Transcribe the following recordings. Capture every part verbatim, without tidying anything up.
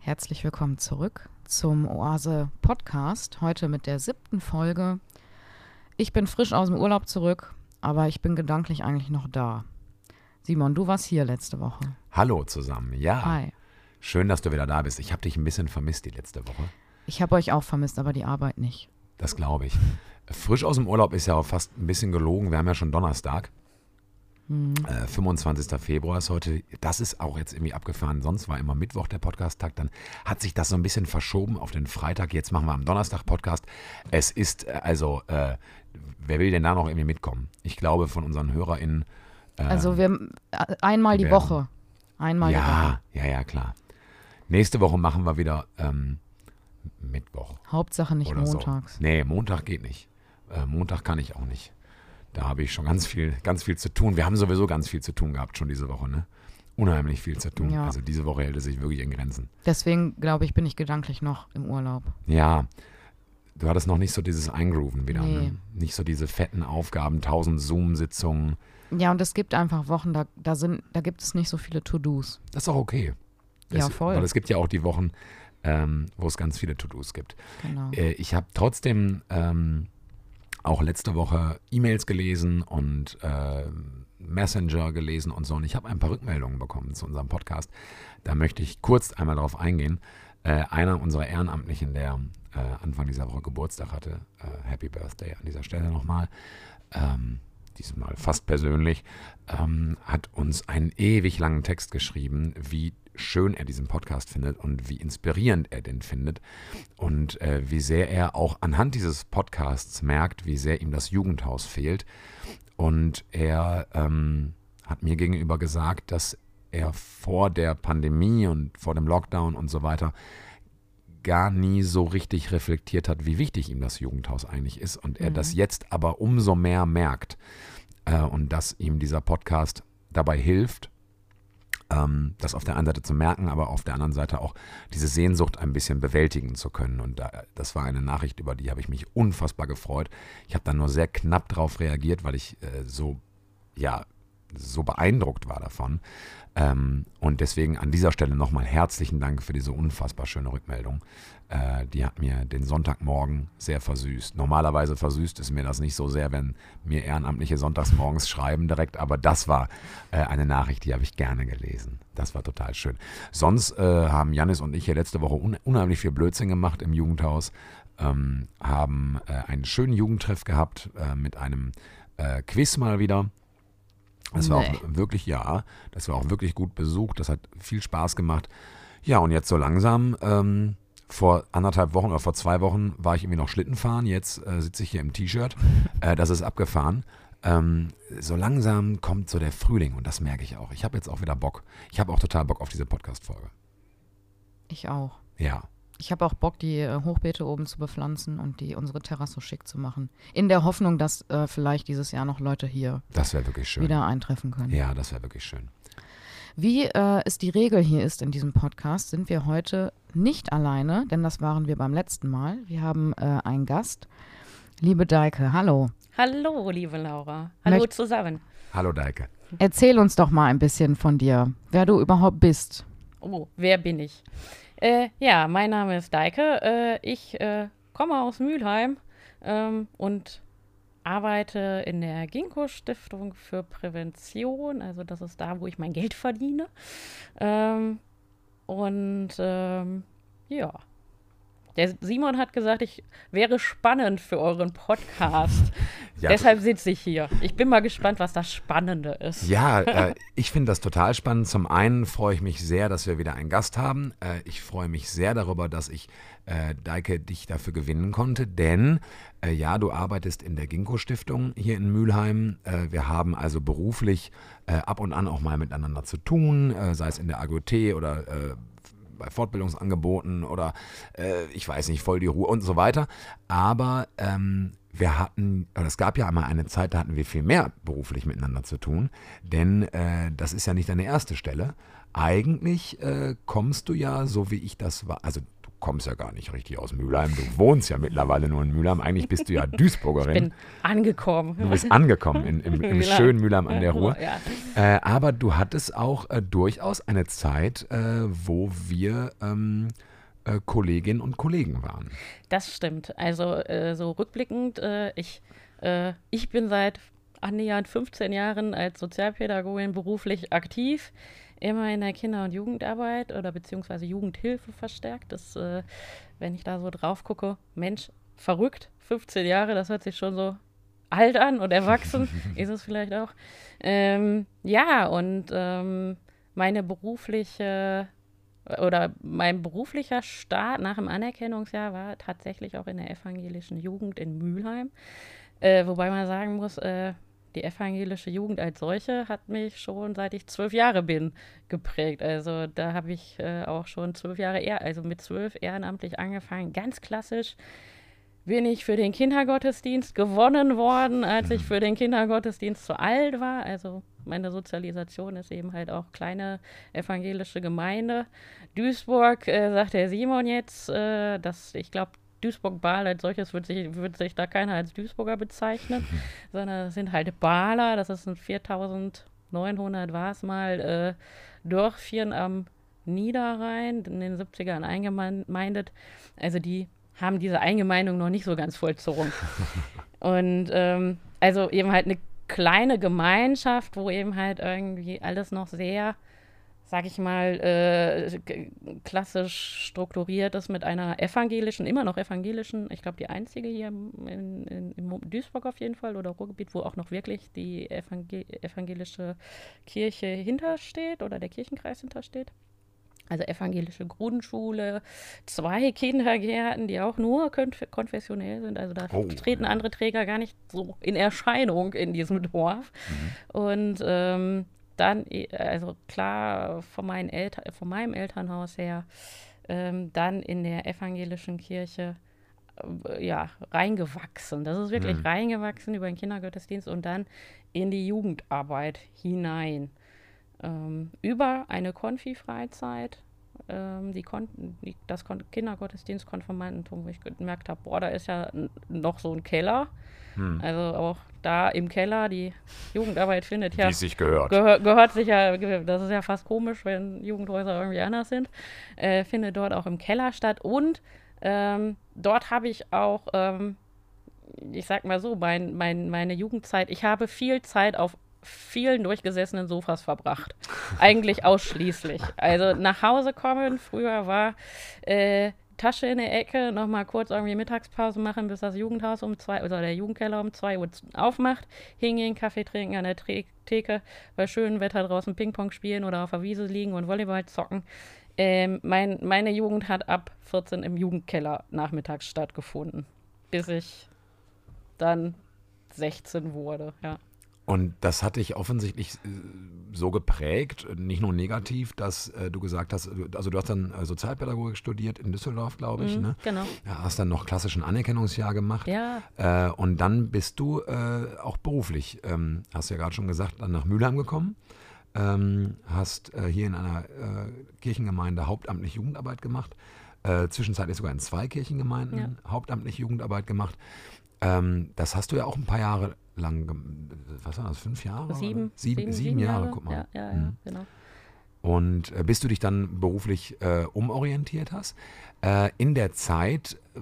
Herzlich willkommen zurück zum Oase Podcast, heute mit der siebten Folge. Ich bin frisch aus dem Urlaub zurück, aber ich bin gedanklich eigentlich noch da. Simon, du warst hier letzte Woche. Hallo zusammen, ja. Hi. Schön, dass du wieder da bist. Ich habe dich ein bisschen vermisst die letzte Woche. Ich habe euch auch vermisst, aber die Arbeit nicht. Das glaube ich. Frisch aus dem Urlaub ist ja auch fast ein bisschen gelogen. Wir haben ja schon Donnerstag. Hm. Äh, fünfundzwanzigster Februar ist heute. Das ist auch jetzt irgendwie abgefahren. Sonst war immer Mittwoch der Podcast-Tag. Dann hat sich das so ein bisschen verschoben auf den Freitag. Jetzt machen wir am Donnerstag Podcast. Es ist also, äh, wer will denn da noch irgendwie mitkommen? Ich glaube, von unseren HörerInnen. Äh, also wir einmal die werden, Woche. Einmal ja, die Woche. Ja, ja, klar. Nächste Woche machen wir wieder ähm, Mittwoch. Hauptsache nicht oder montags. So. Nee, Montag geht nicht. Äh, Montag kann ich auch nicht. Da habe ich schon ganz viel, ganz viel zu tun. Wir haben sowieso ganz viel zu tun gehabt schon diese Woche, ne? Unheimlich viel zu tun. Ja. Also diese Woche hält es sich wirklich in Grenzen. Deswegen, glaube ich, bin ich gedanklich noch im Urlaub. Ja, du hattest noch nicht so dieses Eingrooven wieder, nee. ne? Nicht so diese fetten Aufgaben, tausend Zoom-Sitzungen. Ja, und es gibt einfach Wochen, da, da, sind, da gibt es nicht so viele To-Dos. Das ist auch okay. Das, ja, voll. Weil es gibt ja auch die Wochen, ähm, wo es ganz viele To-Dos gibt. Genau. Äh, ich habe trotzdem ähm, auch letzte Woche E-Mails gelesen und äh, Messenger gelesen und so. Und ich habe ein paar Rückmeldungen bekommen zu unserem Podcast. Da möchte ich kurz einmal darauf eingehen. Äh, einer unserer Ehrenamtlichen, der äh, Anfang dieser Woche Geburtstag hatte, äh, Happy Birthday an dieser Stelle nochmal, ähm, diesmal fast persönlich, ähm, hat uns einen ewig langen Text geschrieben, wie schön er diesen Podcast findet und wie inspirierend er den findet und äh, wie sehr er auch anhand dieses Podcasts merkt, wie sehr ihm das Jugendhaus fehlt. Und er ähm, hat mir gegenüber gesagt, dass er vor der Pandemie und vor dem Lockdown und so weiter gar nie so richtig reflektiert hat, wie wichtig ihm das Jugendhaus eigentlich ist und er mhm. das jetzt aber umso mehr merkt äh, und dass ihm dieser Podcast dabei hilft, ähm, das auf der einen Seite zu merken, aber auf der anderen Seite auch diese Sehnsucht ein bisschen bewältigen zu können. Und da, das war eine Nachricht, über die habe ich mich unfassbar gefreut. Ich habe dann nur sehr knapp darauf reagiert, weil ich äh, so, ja, so beeindruckt war davon. Ähm, und deswegen an dieser Stelle nochmal herzlichen Dank für diese unfassbar schöne Rückmeldung. Äh, die hat mir den Sonntagmorgen sehr versüßt. Normalerweise versüßt es mir das nicht so sehr, wenn mir Ehrenamtliche sonntags morgens schreiben direkt, aber das war äh, eine Nachricht, die habe ich gerne gelesen. Das war total schön. Sonst äh, haben Jannis und ich ja letzte Woche un- unheimlich viel Blödsinn gemacht im Jugendhaus, ähm, haben äh, einen schönen Jugendtreff gehabt äh, mit einem äh, Quiz mal wieder. Das war nee. auch wirklich, ja, das war auch wirklich gut besucht, das hat viel Spaß gemacht. Ja, und jetzt so langsam, ähm, vor anderthalb Wochen oder vor zwei Wochen war ich irgendwie noch Schlitten fahren, jetzt äh, sitze ich hier im T-Shirt, äh, das ist abgefahren. Ähm, so langsam kommt so der Frühling und das merke ich auch. Ich habe jetzt auch wieder Bock. Ich habe auch total Bock auf diese Podcast-Folge. Ich auch. Ja. Ich habe auch Bock, die äh, Hochbeete oben zu bepflanzen und die unsere Terrasse schick zu machen. In der Hoffnung, dass äh, vielleicht dieses Jahr noch Leute hier das wäre wirklich schön. wieder eintreffen können. Ja, das wäre wirklich schön. Wie äh, es die Regel hier ist in diesem Podcast, sind wir heute nicht alleine, denn das waren wir beim letzten Mal. Wir haben äh, einen Gast. Liebe Deike, hallo. Hallo, liebe Laura. Hallo Möcht- zusammen. Hallo Deike. Erzähl uns doch mal ein bisschen von dir, wer du überhaupt bist. Oh, wer bin ich? Äh, ja, mein Name ist Deike. Äh, ich äh, komme aus Mülheim ähm, und arbeite in der Ginkgo-Stiftung für Prävention. Also das ist da, wo ich mein Geld verdiene. Ähm, und ähm, ja, der Simon hat gesagt, ich wäre spannend für euren Podcast. Ja. Deshalb sitze ich hier. Ich bin mal gespannt, was das Spannende ist. Ja, äh, ich finde das total spannend. Zum einen freue ich mich sehr, dass wir wieder einen Gast haben. Äh, ich freue mich sehr darüber, dass ich, äh, Deike, dich dafür gewinnen konnte. Denn, äh, ja, du arbeitest in der Ginkgo-Stiftung hier in Mülheim. Äh, wir haben also beruflich äh, ab und an auch mal miteinander zu tun, äh, sei es in der A G O T oder äh, bei Fortbildungsangeboten oder äh, ich weiß nicht, voll die Ruhe und so weiter. Aber ähm, wir hatten, oder es gab ja einmal eine Zeit, da hatten wir viel mehr beruflich miteinander zu tun, denn äh, das ist ja nicht deine erste Stelle. Eigentlich äh, kommst du ja, so wie ich das war, also du kommst ja gar nicht richtig aus Mülheim. Du wohnst ja mittlerweile nur in Mülheim. Eigentlich bist du ja Duisburgerin. Ich bin angekommen. Du bist angekommen in, im, im schönen Mülheim an der Ruhr. Ja. Äh, aber du hattest auch äh, durchaus eine Zeit, äh, wo wir ähm, äh, Kolleginnen und Kollegen waren. Das stimmt. Also äh, so rückblickend, äh, ich, äh, ich bin seit annähernd fünfzehn Jahren als Sozialpädagogin beruflich aktiv. Immer in der Kinder- und Jugendarbeit oder beziehungsweise Jugendhilfe verstärkt. Das, äh, wenn ich da so drauf gucke, Mensch, verrückt, fünfzehn Jahre, das hört sich schon so alt an und erwachsen, ist es vielleicht auch. Ähm, ja, und ähm, meine berufliche oder mein beruflicher Start nach dem Anerkennungsjahr war tatsächlich auch in der evangelischen Jugend in Mülheim. Äh, wobei man sagen muss, äh, die evangelische Jugend als solche hat mich schon, seit ich zwölf Jahre bin, geprägt. Also da habe ich äh, auch schon zwölf Jahre, eher, also mit zwölf ehrenamtlich angefangen. Ganz klassisch bin ich für den Kindergottesdienst gewonnen worden, als ich für den Kindergottesdienst zu alt war. Also meine Sozialisation ist eben halt auch kleine evangelische Gemeinde. Duisburg, äh, sagt der Simon jetzt, äh, dass ich glaube, Duisburg-Baal als solches wird sich, wird sich da keiner als Duisburger bezeichnen, sondern es sind halt Baaler, das ist ein viertausendneunhundert war es mal, äh, Dörfchen am Niederrhein, in den siebzigern eingemeindet. Also die haben diese Eingemeindung noch nicht so ganz vollzogen. Und ähm, also eben halt eine kleine Gemeinschaft, wo eben halt irgendwie alles noch sehr, sag ich mal, äh, g- klassisch strukturiert ist mit einer evangelischen, immer noch evangelischen, ich glaube die einzige hier in, in, in Duisburg auf jeden Fall oder Ruhrgebiet, wo auch noch wirklich die evangel- evangelische Kirche hintersteht oder der Kirchenkreis hintersteht. Also evangelische Grundschule, zwei Kindergärten, die auch nur konf- konfessionell sind. Also da Oh, treten ja. andere Träger gar nicht so in Erscheinung in diesem Dorf. Und ähm, dann, eh, also klar, von, meinen Eltern, von meinem Elternhaus her, ähm, dann in der evangelischen Kirche, äh, ja, reingewachsen. Das ist wirklich Mhm. reingewachsen über den Kindergottesdienst und dann in die Jugendarbeit hinein. Ähm, über eine Konfi-Freizeit, ähm, die Kon die, das Kon Kindergottesdienst-Konfirmandentum, wo ich gemerkt habe, boah, da ist ja n- noch so ein Keller. Hm. Also auch da im Keller, die Jugendarbeit findet ja, Wie es sich gehört. gehör, gehört sich ja, ge- das ist ja fast komisch, wenn Jugendhäuser irgendwie anders sind, äh, findet dort auch im Keller statt. Und ähm, dort habe ich auch, ähm, ich sag mal so, mein, mein, meine Jugendzeit, ich habe viel Zeit auf vielen durchgesessenen Sofas verbracht. Eigentlich ausschließlich. Also nach Hause kommen, früher war äh, Tasche in der Ecke, nochmal kurz irgendwie Mittagspause machen, bis das Jugendhaus um zwei, oder der Jugendkeller um zwei Uhr aufmacht, hingehen, Kaffee trinken an der Tre- Theke, bei schönem Wetter draußen Ping-Pong spielen oder auf der Wiese liegen und Volleyball zocken. Ähm, mein, meine Jugend hat ab vierzehn im Jugendkeller nachmittags stattgefunden, bis ich dann sechzehn wurde, ja. Und das hat dich offensichtlich äh, so geprägt, nicht nur negativ, dass äh, du gesagt hast, du- also du hast dann äh, Sozialpädagogik studiert in Düsseldorf, glaube ich, Mhm, ne? genau. Ja, hast dann noch klassischen Anerkennungsjahr gemacht. Ja, Äh, und dann bist du äh, auch beruflich, ähm, hast ja gerade schon gesagt, dann nach Mülheim gekommen. Ähm, hast äh, hier in einer äh, Kirchengemeinde hauptamtlich Jugendarbeit gemacht. Äh, zwischenzeitlich sogar in zwei Kirchengemeinden Ja. hauptamtlich Jugendarbeit gemacht. Ähm, das hast du ja auch ein paar Jahre lang, gem- was war das, fünf Jahre? sieben, oder? Sieben, sieben, Jahre, guck mal. Ja, ja, ja, Mhm. genau. Und äh, bis du dich dann beruflich äh, umorientiert hast, äh, in der Zeit, äh,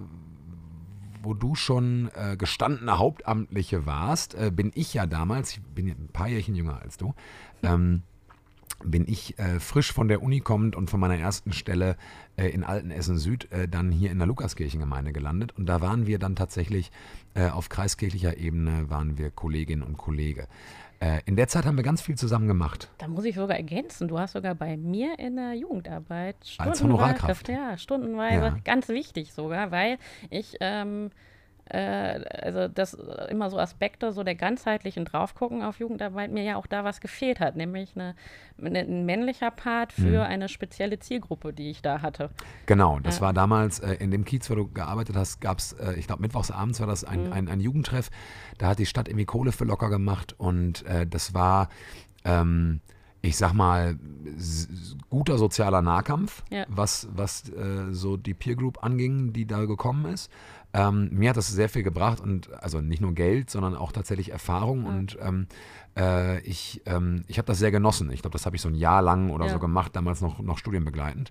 wo du schon äh, gestandene Hauptamtliche warst, äh, bin ich ja damals, ich bin ja ein paar Jährchen jünger als du, ähm, bin ich äh, frisch von der Uni kommend und von meiner ersten Stelle äh, in Altenessen Süd äh, dann hier in der Lukaskirchengemeinde gelandet. Und da waren wir dann tatsächlich äh, auf kreiskirchlicher Ebene, waren wir Kolleginnen und Kollege. Äh, in der Zeit haben wir ganz viel zusammen gemacht. Da muss ich sogar ergänzen, du hast sogar bei mir in der Jugendarbeit Als stundenweise, Honorarkraft. ja, stundenweise, Ja. ganz wichtig sogar, weil ich, ähm, äh, also das äh, immer so Aspekte so der ganzheitlichen Draufgucken auf Jugendarbeit mir ja auch da was gefehlt hat, nämlich eine, eine, ein männlicher Part für Mhm. eine spezielle Zielgruppe, die ich da hatte. Genau, das Ja. war damals äh, in dem Kiez, wo du gearbeitet hast, gab es, äh, ich glaube, mittwochsabends war das ein, Mhm. ein, ein Jugendtreff. Da hat die Stadt irgendwie Kohle für locker gemacht und äh, das war, ähm, ich sag mal, s- guter sozialer Nahkampf, Ja. was, was äh, so die Peer Group anging, die da gekommen ist. Ähm, mir hat das sehr viel gebracht und also nicht nur Geld, sondern auch tatsächlich Erfahrung Ja. und ähm, äh, ich, ähm, ich habe das sehr genossen. Ich glaube, das habe ich so ein Jahr lang oder Ja. so gemacht, damals noch, noch studienbegleitend.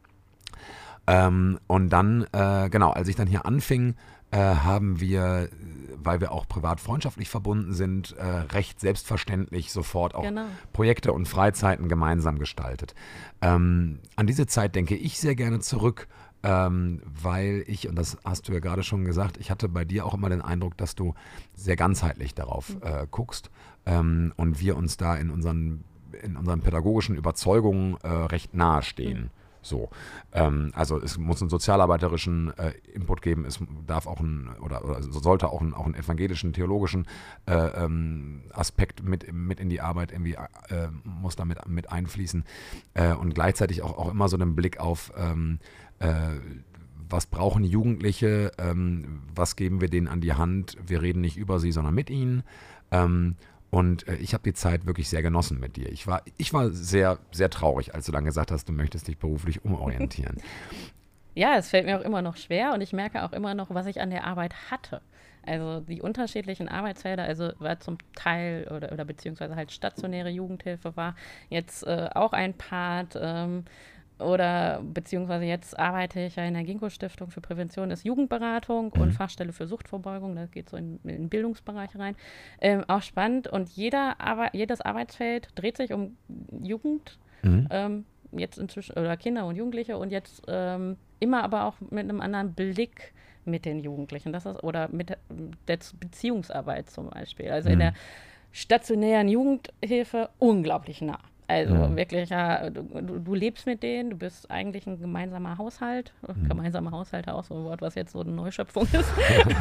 Ähm, und dann, äh, genau, als ich dann hier anfing, äh, haben wir, weil wir auch privat freundschaftlich verbunden sind, äh, recht selbstverständlich sofort auch Genau. Projekte und Freizeiten gemeinsam gestaltet. Ähm, an diese Zeit denke ich sehr gerne zurück, ähm, weil ich, und das hast du ja gerade schon gesagt, ich hatte bei dir auch immer den Eindruck, dass du sehr ganzheitlich darauf äh, guckst ähm, und wir uns da in unseren, in unseren pädagogischen Überzeugungen äh, recht nahe stehen. So, ähm, also es muss einen sozialarbeiterischen äh, Input geben, es darf auch ein, oder, oder sollte auch einen, auch einen evangelischen, theologischen äh, ähm, Aspekt mit, mit in die Arbeit irgendwie, äh, muss da mit, mit einfließen äh, und gleichzeitig auch, auch immer so einen Blick auf, ähm, äh, was brauchen Jugendliche, ähm, was geben wir denen an die Hand, wir reden nicht über sie, sondern mit ihnen. Ähm, Und äh, ich habe die Zeit wirklich sehr genossen mit dir. Ich war, ich war sehr, sehr traurig, als du dann gesagt hast, du möchtest dich beruflich umorientieren. Ja, es fällt mir auch immer noch schwer und ich merke auch immer noch, was ich an der Arbeit hatte. Also die unterschiedlichen Arbeitsfelder, also war zum Teil oder, oder beziehungsweise halt stationäre Jugendhilfe war jetzt äh, auch ein Part. Ähm, oder beziehungsweise jetzt arbeite ich ja in der Ginkgo-Stiftung für Prävention ist Jugendberatung und Mhm. Fachstelle für Suchtvorbeugung, das geht so in, in den Bildungsbereich rein. Ähm, auch spannend und jeder Arbe jedes Arbeitsfeld dreht sich um Jugend, Mhm. ähm, jetzt inzwischen, oder Kinder und Jugendliche und jetzt ähm, immer aber auch mit einem anderen Blick mit den Jugendlichen. Das ist, oder mit der Beziehungsarbeit zum Beispiel. Also in Mhm. der stationären Jugendhilfe unglaublich nah. Also Mhm. wirklich, ja, du, du, du lebst mit denen, du bist eigentlich ein gemeinsamer Haushalt. Mhm. Gemeinsamer Haushalt, auch so ein Wort, was jetzt so eine Neuschöpfung ist.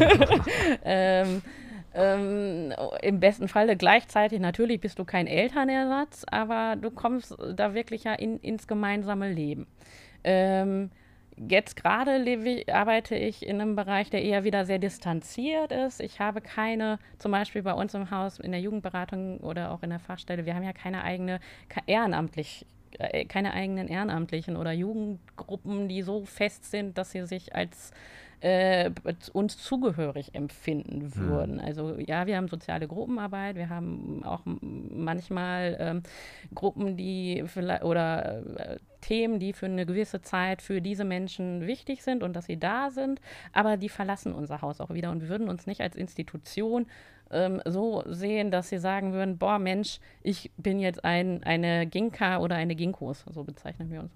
ähm, ähm, Im besten Falle gleichzeitig, natürlich bist du kein Elternersatz, aber du kommst da wirklich ja in, ins gemeinsame Leben. Ähm, Jetzt gerade lebe, arbeite ich in einem Bereich, der eher wieder sehr distanziert ist. Ich habe keine, zum Beispiel bei uns im Haus in der Jugendberatung oder auch in der Fachstelle, wir haben ja keine eigene ehrenamtlich, äh, keine eigenen Ehrenamtlichen oder Jugendgruppen, die so fest sind, dass sie sich als äh, uns zugehörig empfinden würden. Mhm. Also ja, wir haben soziale Gruppenarbeit, wir haben auch manchmal ähm, Gruppen, die vielleicht oder äh, Themen, die für eine gewisse Zeit für diese Menschen wichtig sind und dass sie da sind, aber die verlassen unser Haus auch wieder und würden uns nicht als Institution ähm, so sehen, dass sie sagen würden, boah Mensch, ich bin jetzt ein, eine Ginka oder eine Ginkos, so bezeichnen wir uns.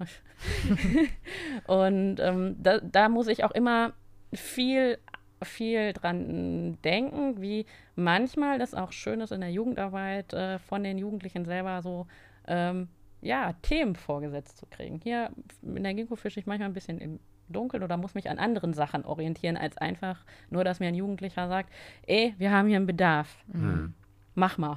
Und ähm, da, da muss ich auch immer viel viel dran denken, wie manchmal das auch schön ist in der Jugendarbeit äh, von den Jugendlichen selber so ähm, ja, Themen vorgesetzt zu kriegen. Hier in der Ginkgo fische ich manchmal ein bisschen im Dunkeln oder muss mich an anderen Sachen orientieren, als einfach nur, dass mir ein Jugendlicher sagt, ey, wir haben hier einen Bedarf. Mhm. Mach mal.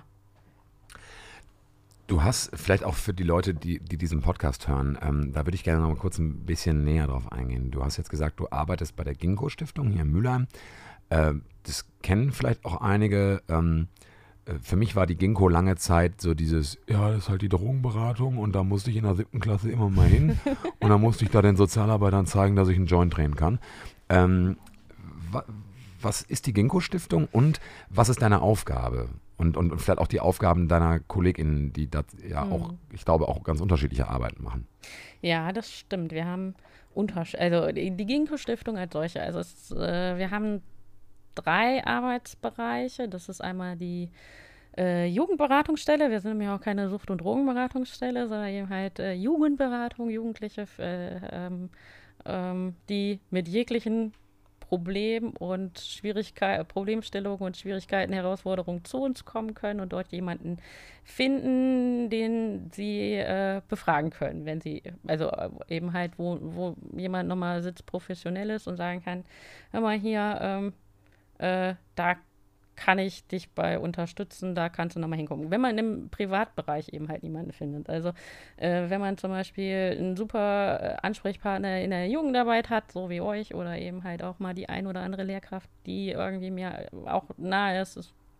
Du hast vielleicht auch für die Leute, die, die diesen Podcast hören, ähm, da würde ich gerne noch mal kurz ein bisschen näher drauf eingehen. Du hast jetzt gesagt, du arbeitest bei der Ginkgo-Stiftung hier in Mülheim. Äh, das kennen vielleicht auch einige. Ähm, Für mich war die Ginkgo lange Zeit so dieses, ja, das ist halt die Drogenberatung und da musste ich in der siebten Klasse immer mal hin und dann musste ich da den Sozialarbeitern zeigen, dass ich einen Joint drehen kann. Ähm, wa, was ist die Ginkgo-Stiftung und was ist deine Aufgabe? Und, und, und vielleicht auch die Aufgaben deiner KollegInnen, die da ja Mhm. auch, ich glaube, auch ganz unterschiedliche Arbeiten machen. Ja, das stimmt. Wir haben Unterschied, also die, die Ginkgo-Stiftung als solche. Also es, äh, wir haben drei Arbeitsbereiche. Das ist einmal die äh, Jugendberatungsstelle. Wir sind nämlich auch keine Sucht- und Drogenberatungsstelle, sondern eben halt äh, Jugendberatung, Jugendliche, äh, ähm, ähm, die mit jeglichen Problemen und Schwierigkeiten, Problemstellungen und Schwierigkeiten, Herausforderungen zu uns kommen können und dort jemanden finden, den sie äh, befragen können, wenn sie, also äh, eben halt, wo, wo jemand nochmal sitzt, professionell ist und sagen kann, hör mal hier, ähm, Äh, da kann ich dich bei unterstützen, da kannst du nochmal hingucken. Wenn man im Privatbereich eben halt niemanden findet. Also äh, wenn man zum Beispiel einen super äh, Ansprechpartner in der Jugendarbeit hat, so wie euch, oder eben halt auch mal die ein oder andere Lehrkraft, die irgendwie mir auch nahe ist, es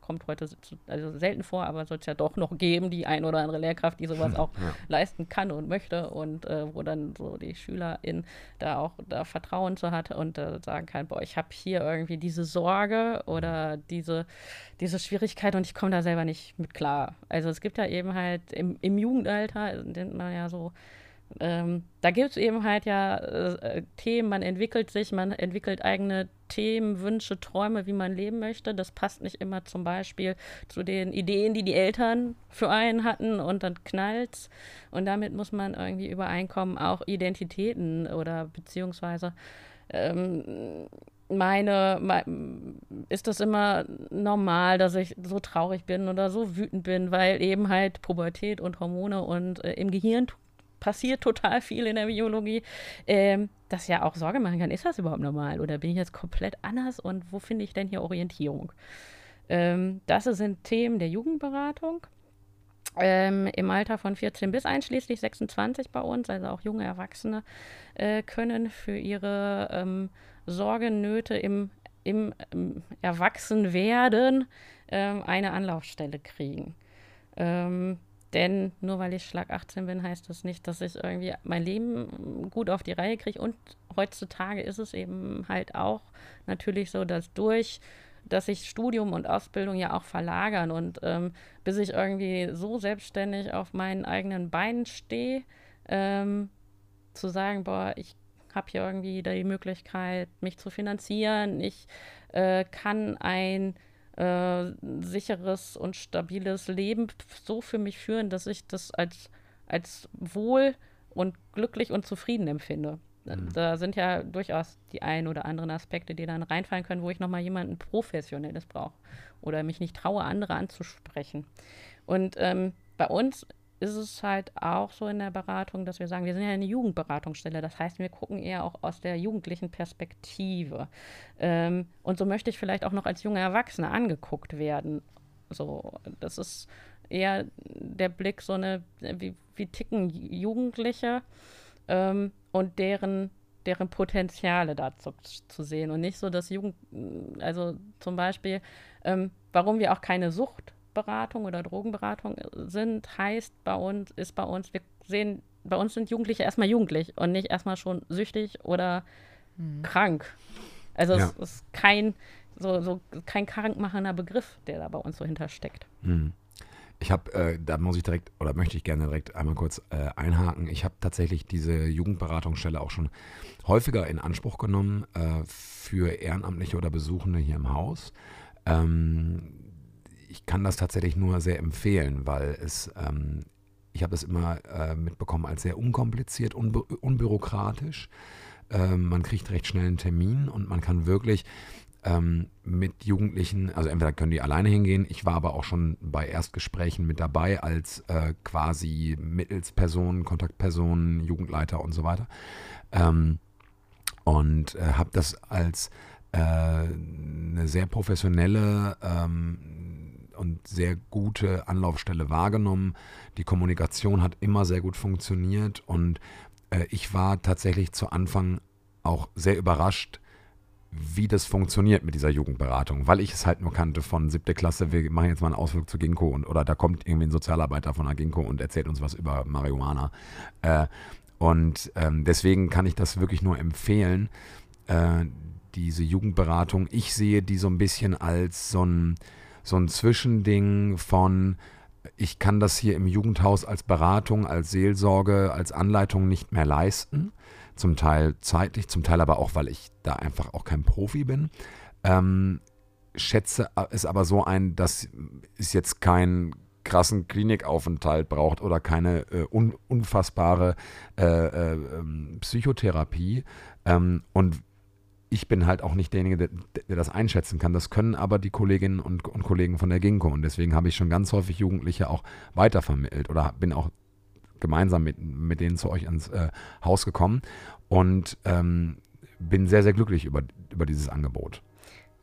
kommt heute also selten vor, aber soll es ja doch noch geben, die ein oder andere Lehrkraft, die sowas auch ja. leisten kann und möchte und äh, wo dann so die SchülerInnen da auch da Vertrauen zu hat und äh, sagen kann, boah, ich habe hier irgendwie diese Sorge oder diese, diese Schwierigkeit und ich komme da selber nicht mit klar. Also es gibt ja eben halt im, im Jugendalter, nennt man ja so, Ähm, da gibt es eben halt ja äh, Themen, man entwickelt sich, man entwickelt eigene Themen, Wünsche, Träume, wie man leben möchte. Das passt nicht immer zum Beispiel zu den Ideen, die die Eltern für einen hatten und dann knallt's. Und damit muss man irgendwie übereinkommen, auch Identitäten oder beziehungsweise ähm, meine, mein, ist das immer normal, dass ich so traurig bin oder so wütend bin, weil eben halt Pubertät und Hormone und äh, im Gehirn passiert total viel in der Biologie, ähm, das ja auch Sorge machen kann. Ist das überhaupt normal oder bin ich jetzt komplett anders und wo finde ich denn hier Orientierung? Ähm, das sind Themen der Jugendberatung ähm, im Alter von vierzehn bis einschließlich sechsundzwanzig bei uns, also auch junge Erwachsene äh, können für ihre ähm, Sorgen, Nöte im, im, im Erwachsenwerden ähm, eine Anlaufstelle kriegen. Ähm, Denn nur weil ich Schlag achtzehn bin, heißt das nicht, dass ich irgendwie mein Leben gut auf die Reihe kriege. Und heutzutage ist es eben halt auch natürlich so, dass durch, dass sich Studium und Ausbildung ja auch verlagern und ähm, bis ich irgendwie so selbstständig auf meinen eigenen Beinen stehe, ähm, zu sagen, boah, ich habe hier irgendwie die Möglichkeit, mich zu finanzieren. Ich äh, kann ein Äh, sicheres und stabiles Leben so für mich führen, dass ich das als, als wohl und glücklich und zufrieden empfinde. Mhm. Da sind ja durchaus die ein oder anderen Aspekte, die dann reinfallen können, wo ich nochmal jemanden Professionelles brauche oder mich nicht traue, andere anzusprechen. Und ähm, bei uns ist es halt auch so in der Beratung, dass wir sagen, wir sind ja eine Jugendberatungsstelle. Das heißt, wir gucken eher auch aus der jugendlichen Perspektive. Ähm, und so möchte ich vielleicht auch noch als junge Erwachsene angeguckt werden. So, das ist eher der Blick, so eine, wie, wie ticken Jugendliche ähm, und deren, deren Potenziale dazu zu sehen. Und nicht so, dass Jugend, also zum Beispiel, ähm, warum wir auch keine Sucht Beratung oder Drogenberatung sind, heißt bei uns, ist bei uns, wir sehen, bei uns sind Jugendliche erstmal jugendlich und nicht erstmal schon süchtig oder mhm. krank. Also ja. es ist kein, so, so kein krankmachender Begriff, der da bei uns so hintersteckt. Mhm. Ich habe, äh, da muss ich direkt, oder möchte ich gerne direkt einmal kurz äh, einhaken. Ich habe tatsächlich diese Jugendberatungsstelle auch schon häufiger in Anspruch genommen äh, für Ehrenamtliche oder Besuchende hier im Haus. Ähm, Ich kann das tatsächlich nur sehr empfehlen, weil es, ähm, ich habe das immer äh, mitbekommen als sehr unkompliziert, unbü unbürokratisch. Ähm, man kriegt recht schnell einen Termin und man kann wirklich ähm, mit Jugendlichen, also entweder können die alleine hingehen, ich war aber auch schon bei Erstgesprächen mit dabei als äh, quasi Mittelsperson, Kontaktperson, Jugendleiter und so weiter. Ähm, und äh, habe das als äh, eine sehr professionelle ähm, und sehr gute Anlaufstelle wahrgenommen. Die Kommunikation hat immer sehr gut funktioniert und äh, ich war tatsächlich zu Anfang auch sehr überrascht, wie das funktioniert mit dieser Jugendberatung, weil ich es halt nur kannte von siebte Klasse, wir machen jetzt mal einen Ausflug zur Ginkgo und, oder da kommt irgendwie ein Sozialarbeiter von der Ginkgo und erzählt uns was über Marihuana. Äh, und ähm, deswegen kann ich das wirklich nur empfehlen, äh, diese Jugendberatung. Ich sehe die so ein bisschen als so ein so ein Zwischending von, ich kann das hier im Jugendhaus als Beratung, als Seelsorge, als Anleitung nicht mehr leisten. Zum Teil zeitlich, zum Teil aber auch, weil ich da einfach auch kein Profi bin. Ähm, schätze es aber so ein, dass es jetzt keinen krassen Klinikaufenthalt braucht oder keine äh, un unfassbare äh, äh, Psychotherapie. Ähm, und ich bin halt auch nicht derjenige, der, der das einschätzen kann. Das können aber die Kolleginnen und, und Kollegen von der Ginkgo. Und deswegen habe ich schon ganz häufig Jugendliche auch weitervermittelt oder bin auch gemeinsam mit, mit denen zu euch ins äh, Haus gekommen und ähm, bin sehr, sehr glücklich über, über dieses Angebot.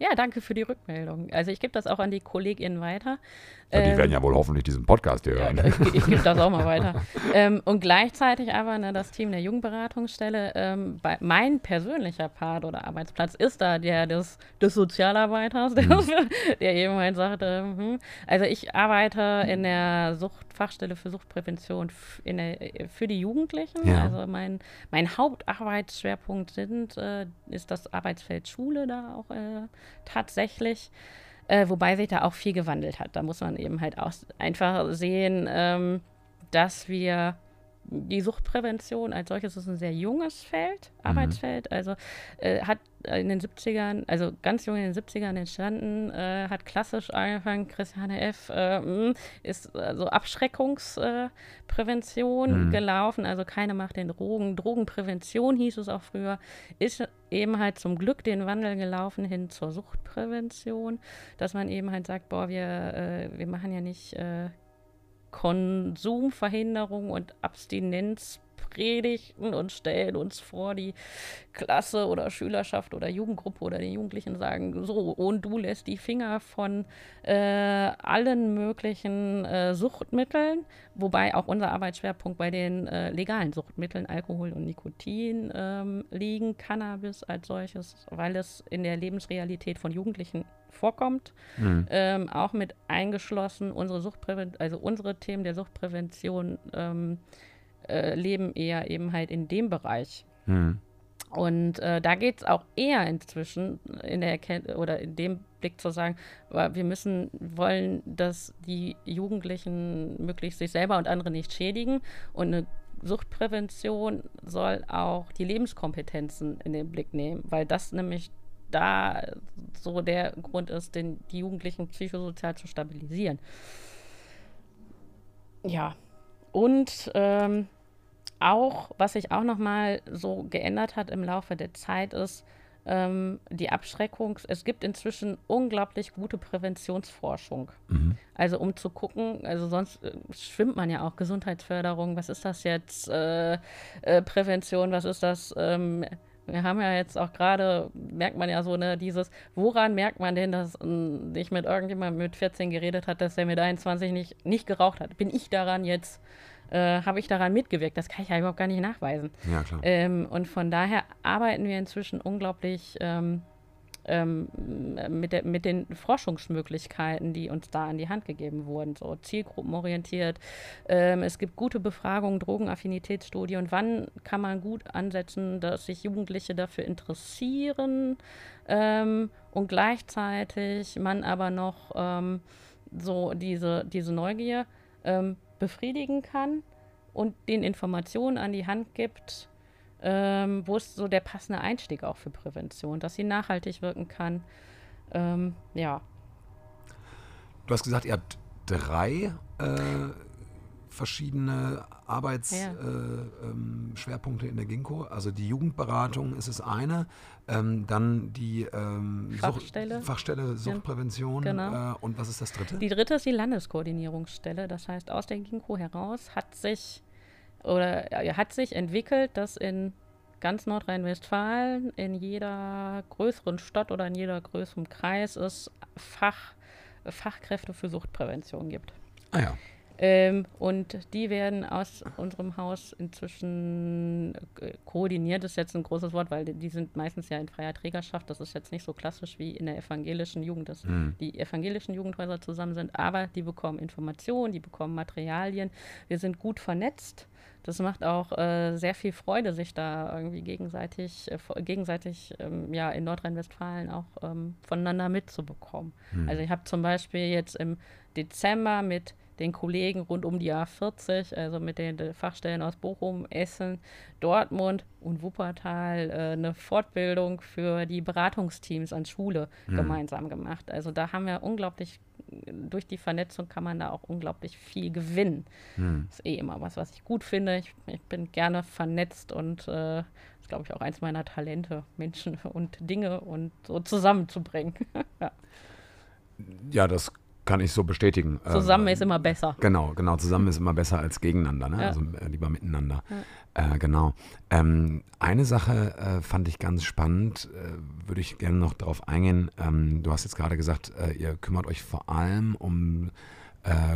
ja, danke für die Rückmeldung. Also ich gebe das auch an die KollegInnen weiter. Ja, die Ähm, werden ja wohl hoffentlich diesen Podcast hier Ja, hören. ich, ich gebe das auch mal weiter. ähm, und gleichzeitig aber ne, das Team der Jugendberatungsstelle, ähm, bei, mein persönlicher Part oder Arbeitsplatz ist da der des, des Sozialarbeiters, der, Mhm. der eben halt sagte, hm, also ich arbeite in der Suchtfachstelle für Suchtprävention f- in der, für die Jugendlichen. Ja. Also mein, mein Hauptarbeitsschwerpunkt sind, äh, ist das Arbeitsfeld Schule da auch äh, tatsächlich. Äh, wobei sich da auch viel gewandelt hat. Da muss man eben halt auch einfach sehen, ähm, dass wir die Suchtprävention als solches ist ein sehr junges Feld, Arbeitsfeld. Also äh, hat in den siebzigern, also ganz jung in den siebzigern entstanden, äh, hat klassisch angefangen, Christiane F. Äh, mh, ist also Abschreckungsprävention Mhm. gelaufen, also keine Macht den Drogen. Drogenprävention hieß es auch früher, ist eben halt zum Glück den Wandel gelaufen hin zur Suchtprävention, dass man eben halt sagt, boah, wir, äh, wir machen ja nicht äh, Konsumverhinderung und Abstinenzpredigten und stellen uns vor die Klasse oder Schülerschaft oder Jugendgruppe oder den Jugendlichen sagen, so, und du lässt die Finger von äh, allen möglichen äh, Suchtmitteln, wobei auch unser Arbeitsschwerpunkt bei den äh, legalen Suchtmitteln, Alkohol und Nikotin ähm, liegen, Cannabis als solches, weil es in der Lebensrealität von Jugendlichen vorkommt, Mhm. ähm, auch mit eingeschlossen unsere Suchtprävention, also unsere Themen der Suchtprävention ähm, äh, leben eher eben halt in dem Bereich. Mhm. Und äh, da geht es auch eher inzwischen in der Erkenntnis oder in dem Blick zu sagen, wir müssen wollen, dass die Jugendlichen möglichst sich selber und andere nicht schädigen. Und eine Suchtprävention soll auch die Lebenskompetenzen in den Blick nehmen, weil das nämlich da so der Grund ist, den, die Jugendlichen psychosozial zu stabilisieren. Ja, und ähm, auch, was sich auch nochmal so geändert hat im Laufe der Zeit, ist ähm, die Abschreckung. Es gibt inzwischen unglaublich gute Präventionsforschung. Mhm. Also um zu gucken, also sonst äh, schwimmt man ja auch Gesundheitsförderung, was ist das jetzt, äh, äh, Prävention, was ist das, ähm, wir haben ja jetzt auch gerade, merkt man ja so, ne, dieses, woran merkt man denn, dass ähm, ich mit irgendjemandem mit vierzehn geredet hat, dass der mit einundzwanzig nicht, nicht geraucht hat? Bin ich daran jetzt, äh, habe ich daran mitgewirkt? Das kann ich ja überhaupt gar nicht nachweisen. Ja, klar. Ähm, und von daher arbeiten wir inzwischen unglaublich ähm, ähm, mit, der, mit den Forschungsmöglichkeiten, die uns da an die Hand gegeben wurden, so zielgruppenorientiert. Ähm, es gibt gute Befragungen, Drogenaffinitätsstudien. Und wann kann man gut ansetzen, dass sich Jugendliche dafür interessieren ähm, und gleichzeitig man aber noch ähm, so diese, diese Neugier ähm, befriedigen kann und den Informationen an die Hand gibt, ähm, wo ist so der passende Einstieg auch für Prävention, dass sie nachhaltig wirken kann. Ähm, ja. Du hast gesagt, ihr habt drei äh, verschiedene Arbeitsschwerpunkte Ja. äh, ähm, Schwerpunkte in der Ginkgo. Also die Jugendberatung ist es eine, ähm, dann die ähm, Fachstelle. Sucht, Fachstelle Suchtprävention. Genau. Äh, und was ist das dritte? Die dritte ist die Landeskoordinierungsstelle. Das heißt, aus der Ginkgo heraus hat sich oder ja, hat sich entwickelt, dass in ganz Nordrhein-Westfalen in jeder größeren Stadt oder in jeder größeren Kreis es Fach, Fachkräfte für Suchtprävention gibt. Ah ja. Ähm, und die werden aus unserem Haus inzwischen äh, koordiniert, ist jetzt ein großes Wort, weil die, die sind meistens ja in freier Trägerschaft. Das ist jetzt nicht so klassisch wie in der evangelischen Jugend, dass Mhm. die evangelischen Jugendhäuser zusammen sind, aber die bekommen Informationen, die bekommen Materialien. Wir sind gut vernetzt. Das macht auch äh, sehr viel Freude, sich da irgendwie gegenseitig, äh, gegenseitig ähm, ja, in Nordrhein-Westfalen auch ähm, voneinander mitzubekommen. Mhm. Also ich habe zum Beispiel jetzt im Dezember mit den Kollegen rund um die A vierzig, also mit den Fachstellen aus Bochum, Essen, Dortmund und Wuppertal, äh, eine Fortbildung für die Beratungsteams an Schule Mhm. gemeinsam gemacht. Also da haben wir unglaublich, durch die Vernetzung kann man da auch unglaublich viel gewinnen. Mhm. Das ist eh immer was, was ich gut finde. Ich, ich bin gerne vernetzt und äh, das ist, glaube ich, auch eins meiner Talente, Menschen und Dinge und so zusammenzubringen. Ja. Ja, das Kann ich so bestätigen. Zusammen äh, ist immer besser. Genau, genau. Zusammen ist immer besser als gegeneinander, ne? Ja. Also äh, lieber miteinander. Ja. Äh, genau. Ähm, eine Sache äh, fand ich ganz spannend, äh, würde ich gerne noch darauf eingehen. Ähm, du hast jetzt gerade gesagt, äh, ihr kümmert euch vor allem um äh,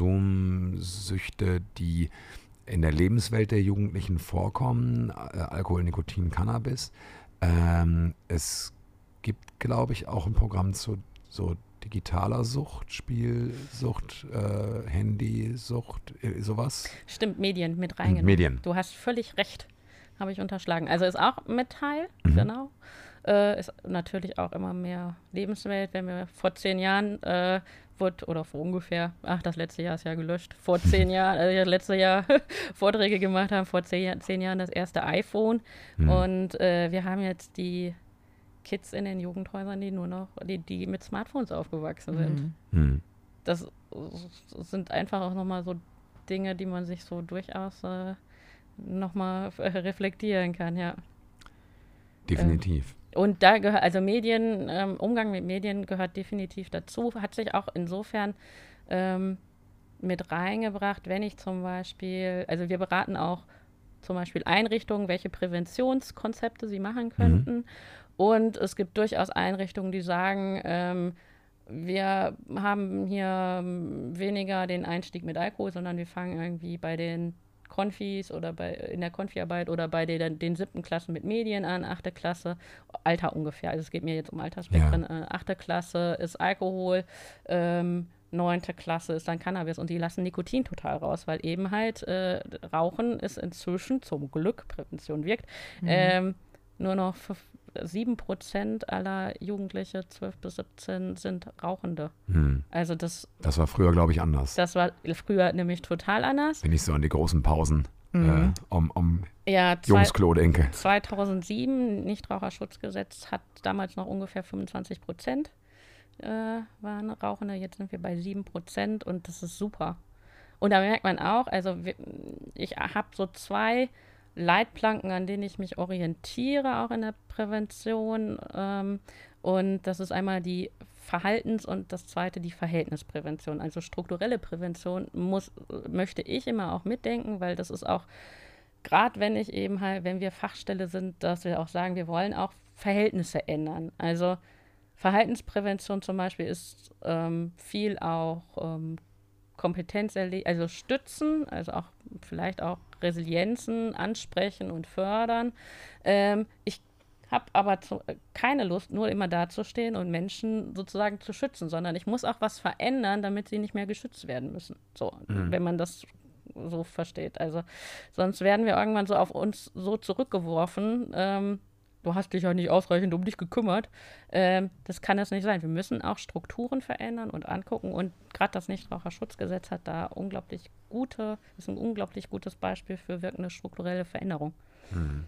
Konsumsüchte, die in der Lebenswelt der Jugendlichen vorkommen, äh, Alkohol, Nikotin, Cannabis. Ähm, es gibt, glaube ich, auch ein Programm zu so digitaler Sucht, Spielsucht, äh, Handysucht, äh, sowas. Stimmt, Medien mit reingenommen. Medien. Du hast völlig recht, habe ich unterschlagen. Also ist auch mit Teil, Mhm. genau. Äh, ist natürlich auch immer mehr Lebenswelt. Wenn wir vor zehn Jahren äh, wurde, oder vor ungefähr, ach, das letzte Jahr ist ja gelöscht, vor zehn Jahren, also das letzte Jahr Vorträge gemacht haben, vor zehn, Jahr, zehn Jahren das erste iPhone. Mhm. Und äh, wir haben jetzt die Kids in den Jugendhäusern, die nur noch, die, die mit Smartphones aufgewachsen sind. Mhm. Mhm. Das sind einfach auch nochmal so Dinge, die man sich so durchaus äh, nochmal reflektieren kann, ja. Definitiv. Und da gehört, also Medien, ähm, Umgang mit Medien gehört definitiv dazu, hat sich auch insofern ähm, mit reingebracht, wenn ich zum Beispiel, also wir beraten auch zum Beispiel Einrichtungen, welche Präventionskonzepte sie machen könnten. Mhm. Und es gibt durchaus Einrichtungen, die sagen, ähm, wir haben hier weniger den Einstieg mit Alkohol, sondern wir fangen irgendwie bei den Konfis oder bei, in der Konfiarbeit oder bei den, den siebten Klassen mit Medien an, achte Klasse, Alter ungefähr, also es geht mir jetzt um Altersspektren, ja. äh, achte Klasse ist Alkohol, ähm, neunte Klasse ist dann Cannabis und die lassen Nikotin total raus, weil eben halt äh, Rauchen ist inzwischen, zum Glück, Prävention wirkt, mhm. ähm, nur noch sieben Prozent aller Jugendliche, zwölf bis siebzehn, sind Rauchende. Hm. Also das, das war früher, glaube ich, anders. Das war früher nämlich total anders. Wenn ich so an die großen Pausen mhm. äh, um, um ja, Jungsklo denke. zweitausendsieben, Nichtraucherschutzgesetz, hat damals noch ungefähr fünfundzwanzig Prozent äh, waren Rauchende. Jetzt sind wir bei sieben Prozent und das ist super. Und da merkt man auch, also ich habe so zwei Leitplanken, an denen ich mich orientiere, auch in der Prävention. Ähm, und das ist einmal die Verhaltens- und das zweite die Verhältnisprävention. Also strukturelle Prävention muss, möchte ich immer auch mitdenken, weil das ist auch, gerade wenn ich eben halt, wenn wir Fachstelle sind, dass wir auch sagen, wir wollen auch Verhältnisse ändern. Also Verhaltensprävention zum Beispiel ist ähm, viel auch ähm, Kompetenz, also stützen, also auch vielleicht auch Resilienzen ansprechen und fördern. Ähm, ich habe aber zu, keine Lust, nur immer dazustehen und Menschen sozusagen zu schützen, sondern ich muss auch was verändern, damit sie nicht mehr geschützt werden müssen. So, mhm. wenn man das so versteht. Also sonst werden wir irgendwann so auf uns so zurückgeworfen, ähm, du hast dich ja nicht ausreichend um dich gekümmert. Ähm, das kann es nicht sein. Wir müssen auch Strukturen verändern und angucken. Und gerade das Nichtraucherschutzgesetz hat da unglaublich gute, ist ein unglaublich gutes Beispiel für wirkende strukturelle Veränderung. Hm.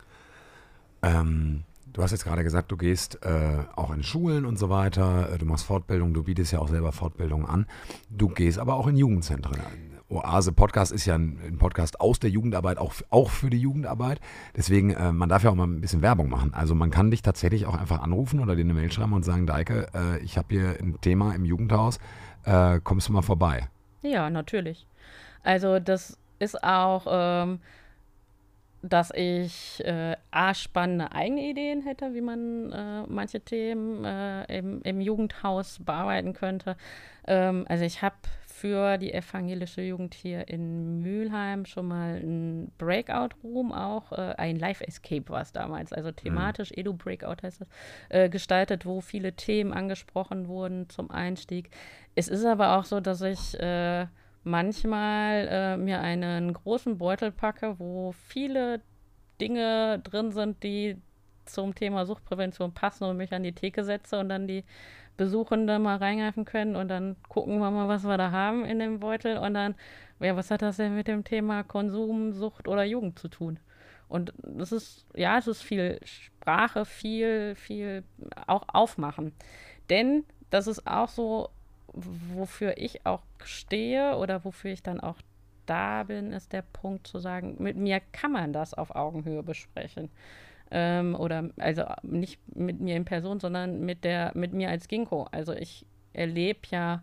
Ähm, du hast jetzt gerade gesagt, du gehst äh, auch in Schulen und so weiter. Du machst Fortbildung, du bietest ja auch selber Fortbildungen an. Du gehst aber auch in Jugendzentren an. Oase Podcast ist ja ein, ein Podcast aus der Jugendarbeit, auch, auch für die Jugendarbeit. Deswegen, äh, man darf ja auch mal ein bisschen Werbung machen. Also man kann dich tatsächlich auch einfach anrufen oder dir eine Mail schreiben und sagen, Daike, äh, ich habe hier ein Thema im Jugendhaus, äh, kommst du mal vorbei? Ja, natürlich. Also das ist auch, ähm, dass ich äh, A, spannende eigene Ideen hätte, wie man äh, manche Themen äh, im, im Jugendhaus bearbeiten könnte. Ähm, also ich habe für die evangelische Jugend hier in Mülheim schon mal ein Breakout-Room auch, äh, ein Live-Escape war es damals, also thematisch, mhm. Edu-Breakout heißt es, äh, gestaltet, wo viele Themen angesprochen wurden zum Einstieg. Es ist aber auch so, dass ich äh, manchmal äh, mir einen großen Beutel packe, wo viele Dinge drin sind, die zum Thema Suchtprävention passen und mich an die Theke setze und dann die Besuchende mal reingreifen können und dann gucken wir mal, was wir da haben in dem Beutel und dann, ja, was hat das denn mit dem Thema Konsum, Sucht oder Jugend zu tun? Und das ist, ja, es ist viel Sprache, viel, viel auch aufmachen. Denn das ist auch so, wofür ich auch stehe oder wofür ich dann auch da bin, ist der Punkt zu sagen, mit mir kann man das auf Augenhöhe besprechen. Ähm, oder also nicht mit mir in Person, sondern mit der mit mir als Ginkgo. Also ich erlebe ja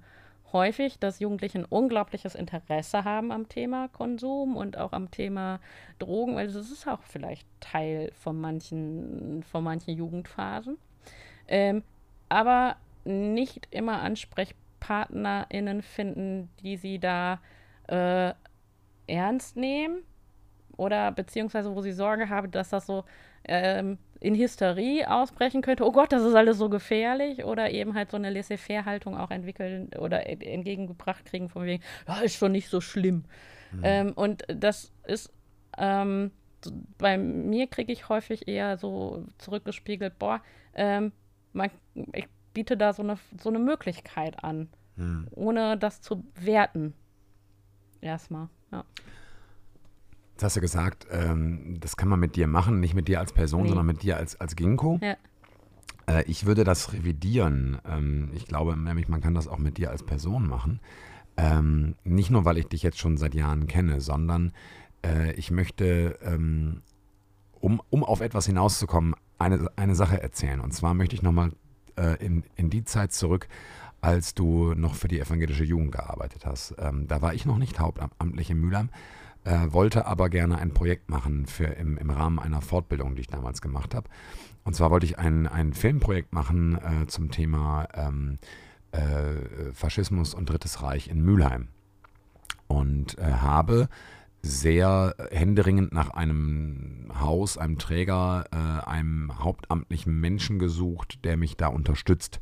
häufig, dass Jugendliche ein unglaubliches Interesse haben am Thema Konsum und auch am Thema Drogen, weil das ist auch vielleicht Teil von manchen, von manchen Jugendphasen. Ähm, aber nicht immer AnsprechpartnerInnen finden, die sie da äh, ernst nehmen oder beziehungsweise wo sie Sorge haben, dass das so ähm, in Hysterie ausbrechen könnte. Oh Gott, das ist alles so gefährlich. Oder eben halt so eine Laissez-faire-Haltung auch entwickeln oder entgegengebracht kriegen von wegen, ja, ist schon nicht so schlimm. Mhm. Ähm, und das ist, ähm, bei mir kriege ich häufig eher so zurückgespiegelt, boah, ähm, man, ich biete da so eine, so eine Möglichkeit an, mhm. ohne das zu werten. Erstmal, ja. Jetzt hast du gesagt, ähm, das kann man mit dir machen, nicht mit dir als Person, nee. sondern mit dir als, als Ginkgo. Ja. Äh, ich würde das revidieren. Ähm, ich glaube nämlich, man kann das auch mit dir als Person machen. Ähm, nicht nur, weil ich dich jetzt schon seit Jahren kenne, sondern äh, ich möchte, ähm, um, um auf etwas hinauszukommen, eine, eine Sache erzählen. Und zwar möchte ich nochmal äh, in, in die Zeit zurück, als du noch für die evangelische Jugend gearbeitet hast. Ähm, da war ich noch nicht hauptamtlich in Mülheim. Äh, wollte aber gerne ein Projekt machen für im, im Rahmen einer Fortbildung, die ich damals gemacht habe. Und zwar wollte ich ein, ein Filmprojekt machen äh, zum Thema ähm, äh, Faschismus und Drittes Reich in Mülheim. Und äh, habe sehr händeringend nach einem Haus, einem Träger, äh, einem hauptamtlichen Menschen gesucht, der mich da unterstützt.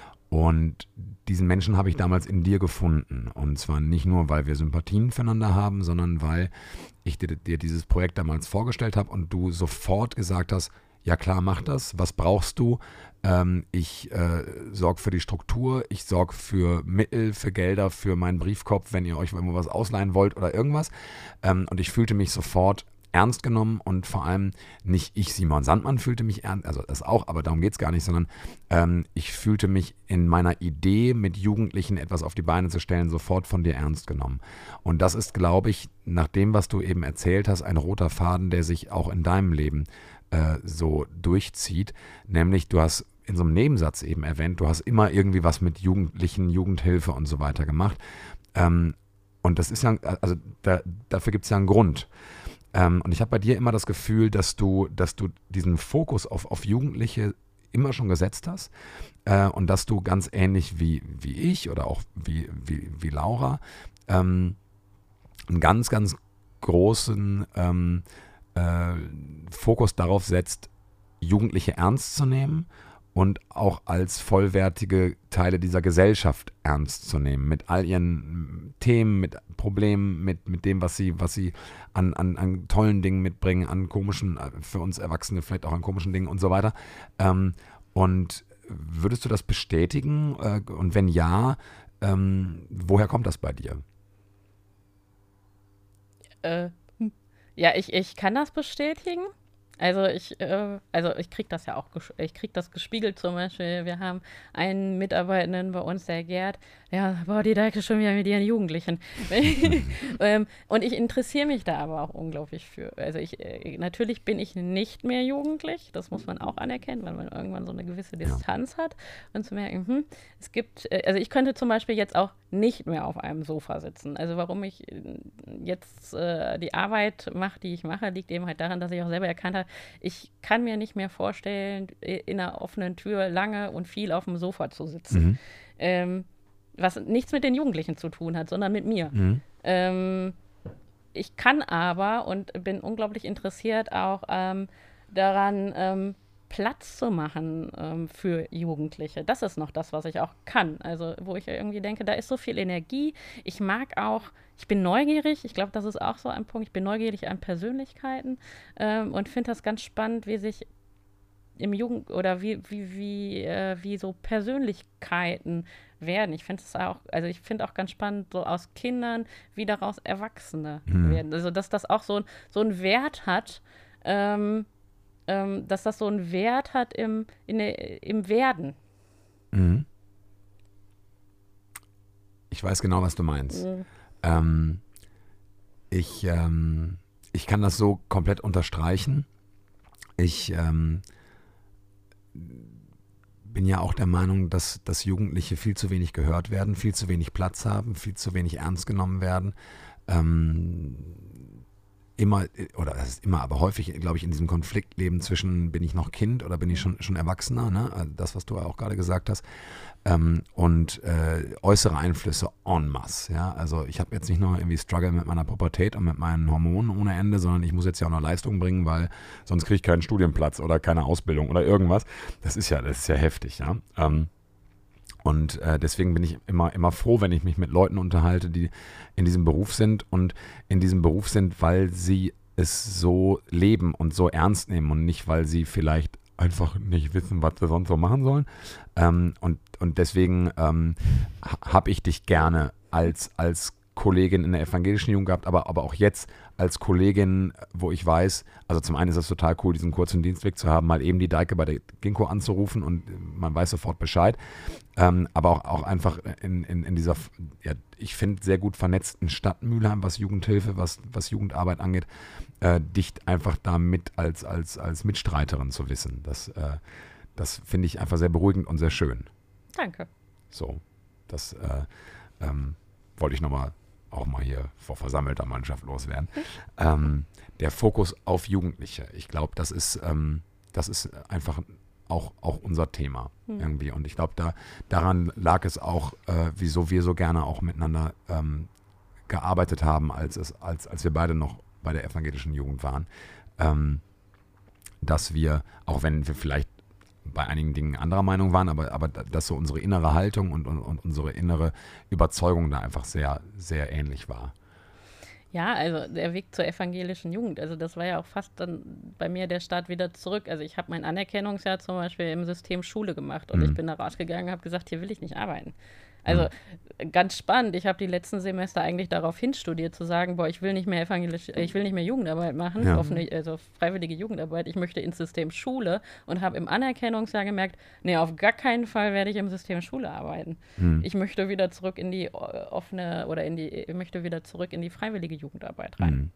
Und diesen Menschen habe ich damals in dir gefunden. Und zwar nicht nur, weil wir Sympathien füreinander haben, sondern weil ich dir, dir dieses Projekt damals vorgestellt habe und du sofort gesagt hast, ja klar, mach das, was brauchst du? Ähm, ich äh, sorge für die Struktur, ich sorge für Mittel, für Gelder, für meinen Briefkopf, wenn ihr euch irgendwo was ausleihen wollt oder irgendwas. Ähm, und ich fühlte mich sofort ernst genommen und vor allem nicht ich, Simon Sandmann, fühlte mich ernst, also das auch, aber darum geht es gar nicht, sondern ähm, ich fühlte mich in meiner Idee, mit Jugendlichen etwas auf die Beine zu stellen, sofort von dir ernst genommen. Und das ist, glaube ich, nach dem, was du eben erzählt hast, ein roter Faden, der sich auch in deinem Leben äh, so durchzieht, nämlich du hast in so einem Nebensatz eben erwähnt, du hast immer irgendwie was mit Jugendlichen, Jugendhilfe und so weiter gemacht. Ähm, und das ist ja, also da, dafür gibt es ja einen Grund. Ähm, und ich habe bei dir immer das Gefühl, dass du, dass du diesen Fokus auf, auf Jugendliche immer schon gesetzt hast äh, und dass du ganz ähnlich wie, wie ich oder auch wie, wie, wie Laura ähm, einen ganz, ganz großen ähm, äh, Fokus darauf setzt, Jugendliche ernst zu nehmen und auch als vollwertige Teile dieser Gesellschaft ernst zu nehmen, mit all ihren Themen, mit Problemen, mit, mit dem, was sie, was sie an, an, an tollen Dingen mitbringen, an komischen, für uns Erwachsene vielleicht auch an komischen Dingen und so weiter. Ähm, und würdest du das bestätigen? Äh, und wenn ja, ähm, woher kommt das bei dir? Äh, ja, ich, ich kann das bestätigen. Also ich, äh, also ich kriege das ja auch, ich kriege das gespiegelt zum Beispiel. Wir haben einen Mitarbeitenden bei uns, der Gerd, ja, boah, die Deike schon wieder mit ihren Jugendlichen. ähm, und ich interessiere mich da aber auch unglaublich für. Also ich, äh, natürlich bin ich nicht mehr jugendlich, das muss man auch anerkennen, weil man irgendwann so eine gewisse Distanz hat und zu merken, hm, es gibt, äh, also ich könnte zum Beispiel jetzt auch nicht mehr auf einem Sofa sitzen. Also warum ich jetzt äh, die Arbeit mache, die ich mache, liegt eben halt daran, dass ich auch selber erkannt habe, ich kann mir nicht mehr vorstellen, in einer offenen Tür lange und viel auf dem Sofa zu sitzen. Mhm. Ähm, was nichts mit den Jugendlichen zu tun hat, sondern mit mir. Mhm. Ähm, ich kann aber und bin unglaublich interessiert auch ähm, daran, ähm, Platz zu machen ähm, für Jugendliche. Das ist noch das, was ich auch kann. Also wo ich irgendwie denke, da ist so viel Energie. Ich mag auch, ich bin neugierig. Ich glaube, das ist auch so ein Punkt. Ich bin neugierig an Persönlichkeiten ähm, und finde das ganz spannend, wie sich im Jugend- oder wie, wie, wie, äh, wie so Persönlichkeiten werden. Ich finde es auch, also ich finde auch ganz spannend, so aus Kindern, wie daraus Erwachsene mhm. werden. Also dass das auch so, so einen Wert hat, ähm, ähm, dass das so einen Wert hat im, in der, im Werden. Mhm. Ich weiß genau, was du meinst. Mhm. Ähm, ich, ähm, ich kann das so komplett unterstreichen. Ich ähm, bin ja auch der Meinung, dass, dass Jugendliche viel zu wenig gehört werden, viel zu wenig Platz haben, viel zu wenig ernst genommen werden. Ähm, immer, oder das ist immer, aber häufig, glaube ich, in diesem Konfliktleben zwischen, bin ich noch Kind oder bin ich schon, schon Erwachsener, ne? Also das, was du auch gerade gesagt hast. Ähm, und äh, äußere Einflüsse en masse. Ja? Also ich habe jetzt nicht nur irgendwie Struggle mit meiner Pubertät und mit meinen Hormonen ohne Ende, sondern ich muss jetzt ja auch noch Leistung bringen, weil sonst kriege ich keinen Studienplatz oder keine Ausbildung oder irgendwas. Das ist ja, das ist ja heftig. Ja? Ähm, und äh, deswegen bin ich immer, immer froh, wenn ich mich mit Leuten unterhalte, die in diesem Beruf sind und in diesem Beruf sind, weil sie es so leben und so ernst nehmen und nicht, weil sie vielleicht einfach nicht wissen, was sie sonst so machen sollen. Ähm, und, und deswegen ähm, habe ich dich gerne als, als Kollegin in der evangelischen Jugend gehabt, aber, aber auch jetzt als Kollegin, wo ich weiß, also zum einen ist es total cool, diesen kurzen Dienstweg zu haben, mal eben die Deike bei der Ginkgo anzurufen und man weiß sofort Bescheid. Ähm, aber auch, auch einfach in, in, in dieser, ja, ich finde, sehr gut vernetzten Stadt Mülheim, was Jugendhilfe, was, was Jugendarbeit angeht, äh, dich einfach da mit als, als, als Mitstreiterin zu wissen. Das, äh, das finde ich einfach sehr beruhigend und sehr schön. Danke. So, das äh, ähm, wollte ich nochmal auch mal hier vor versammelter Mannschaft loswerden. Ähm, der Fokus auf Jugendliche, ich glaube, das ist, ähm, das ist einfach auch, auch unser Thema hm. irgendwie. Und ich glaube, da, daran lag es auch, äh, wieso wir so gerne auch miteinander ähm, gearbeitet haben, als, es, als, als wir beide noch bei der evangelischen Jugend waren. Ähm, dass wir, auch wenn wir vielleicht bei einigen Dingen anderer Meinung waren, aber, aber dass so unsere innere Haltung und, und, und unsere innere Überzeugung da einfach sehr, sehr ähnlich war. Ja, also der Weg zur evangelischen Jugend, also das war ja auch fast dann bei mir der Start wieder zurück. Also ich habe mein Anerkennungsjahr zum Beispiel im System Schule gemacht und mhm. ich bin da rausgegangen und habe gesagt, hier will ich nicht arbeiten. Also mhm. ganz spannend, ich habe die letzten Semester eigentlich darauf hinstudiert, zu sagen, boah, ich will nicht mehr evangelisch, ich will nicht mehr Jugendarbeit machen, ja. offene, also freiwillige Jugendarbeit, ich möchte ins System Schule und habe im Anerkennungsjahr gemerkt, nee, auf gar keinen Fall werde ich im System Schule arbeiten. Mhm. Ich möchte wieder zurück in die offene oder in die, ich möchte wieder zurück in die freiwillige Jugendarbeit rein. Mhm.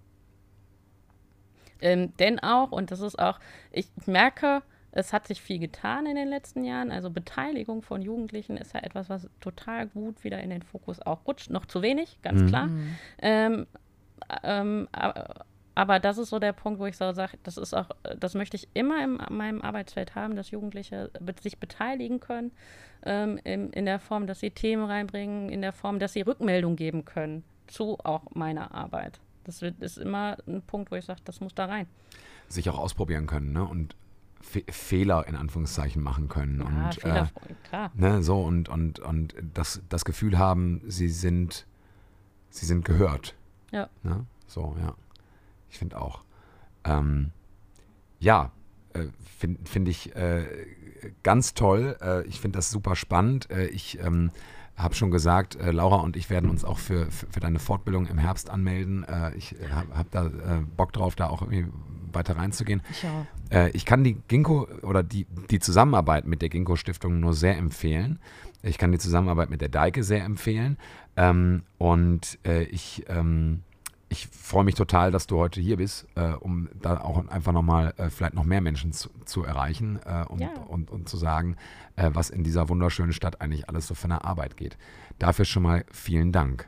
Ähm, denn auch, und das ist auch, ich merke, es hat sich viel getan in den letzten Jahren. Also Beteiligung von Jugendlichen ist ja etwas, was total gut wieder in den Fokus auch rutscht. Noch zu wenig, ganz mhm. klar. Ähm, ähm, aber das ist so der Punkt, wo ich so sage, das ist auch, das möchte ich immer in meinem Arbeitsfeld haben, dass Jugendliche sich beteiligen können, ähm, in, in der Form, dass sie Themen reinbringen, in der Form, dass sie Rückmeldung geben können zu auch meiner Arbeit. Das wird, ist immer ein Punkt, wo ich sage, das muss da rein. Sich auch ausprobieren können, ne? Und Fe- Fehler in Anführungszeichen machen können. Ja, und Fehler, äh, klar. Ne, so und, und, und das, das Gefühl haben, sie sind, sie sind gehört. Ja. Ne? So, ja. Ich finde auch. Ähm, ja, äh, finde find ich äh, ganz toll. Äh, ich finde das super spannend. Äh, ich ähm, habe schon gesagt, äh, Laura und ich werden uns auch für, für, für deine Fortbildung im Herbst anmelden. Äh, ich habe hab da äh, Bock drauf, da auch irgendwie weiter reinzugehen. Ich auch. Äh, ich kann die Ginkgo oder die, die Zusammenarbeit mit der Ginkgo-Stiftung nur sehr empfehlen. Ich kann die Zusammenarbeit mit der Deike sehr empfehlen. Ähm, und äh, ich, ähm, ich freue mich total, dass du heute hier bist, äh, um da auch einfach nochmal äh, vielleicht noch mehr Menschen zu, zu erreichen äh, und, Ja. und, und zu sagen, äh, was in dieser wunderschönen Stadt eigentlich alles so für eine Arbeit geht. Dafür schon mal vielen Dank.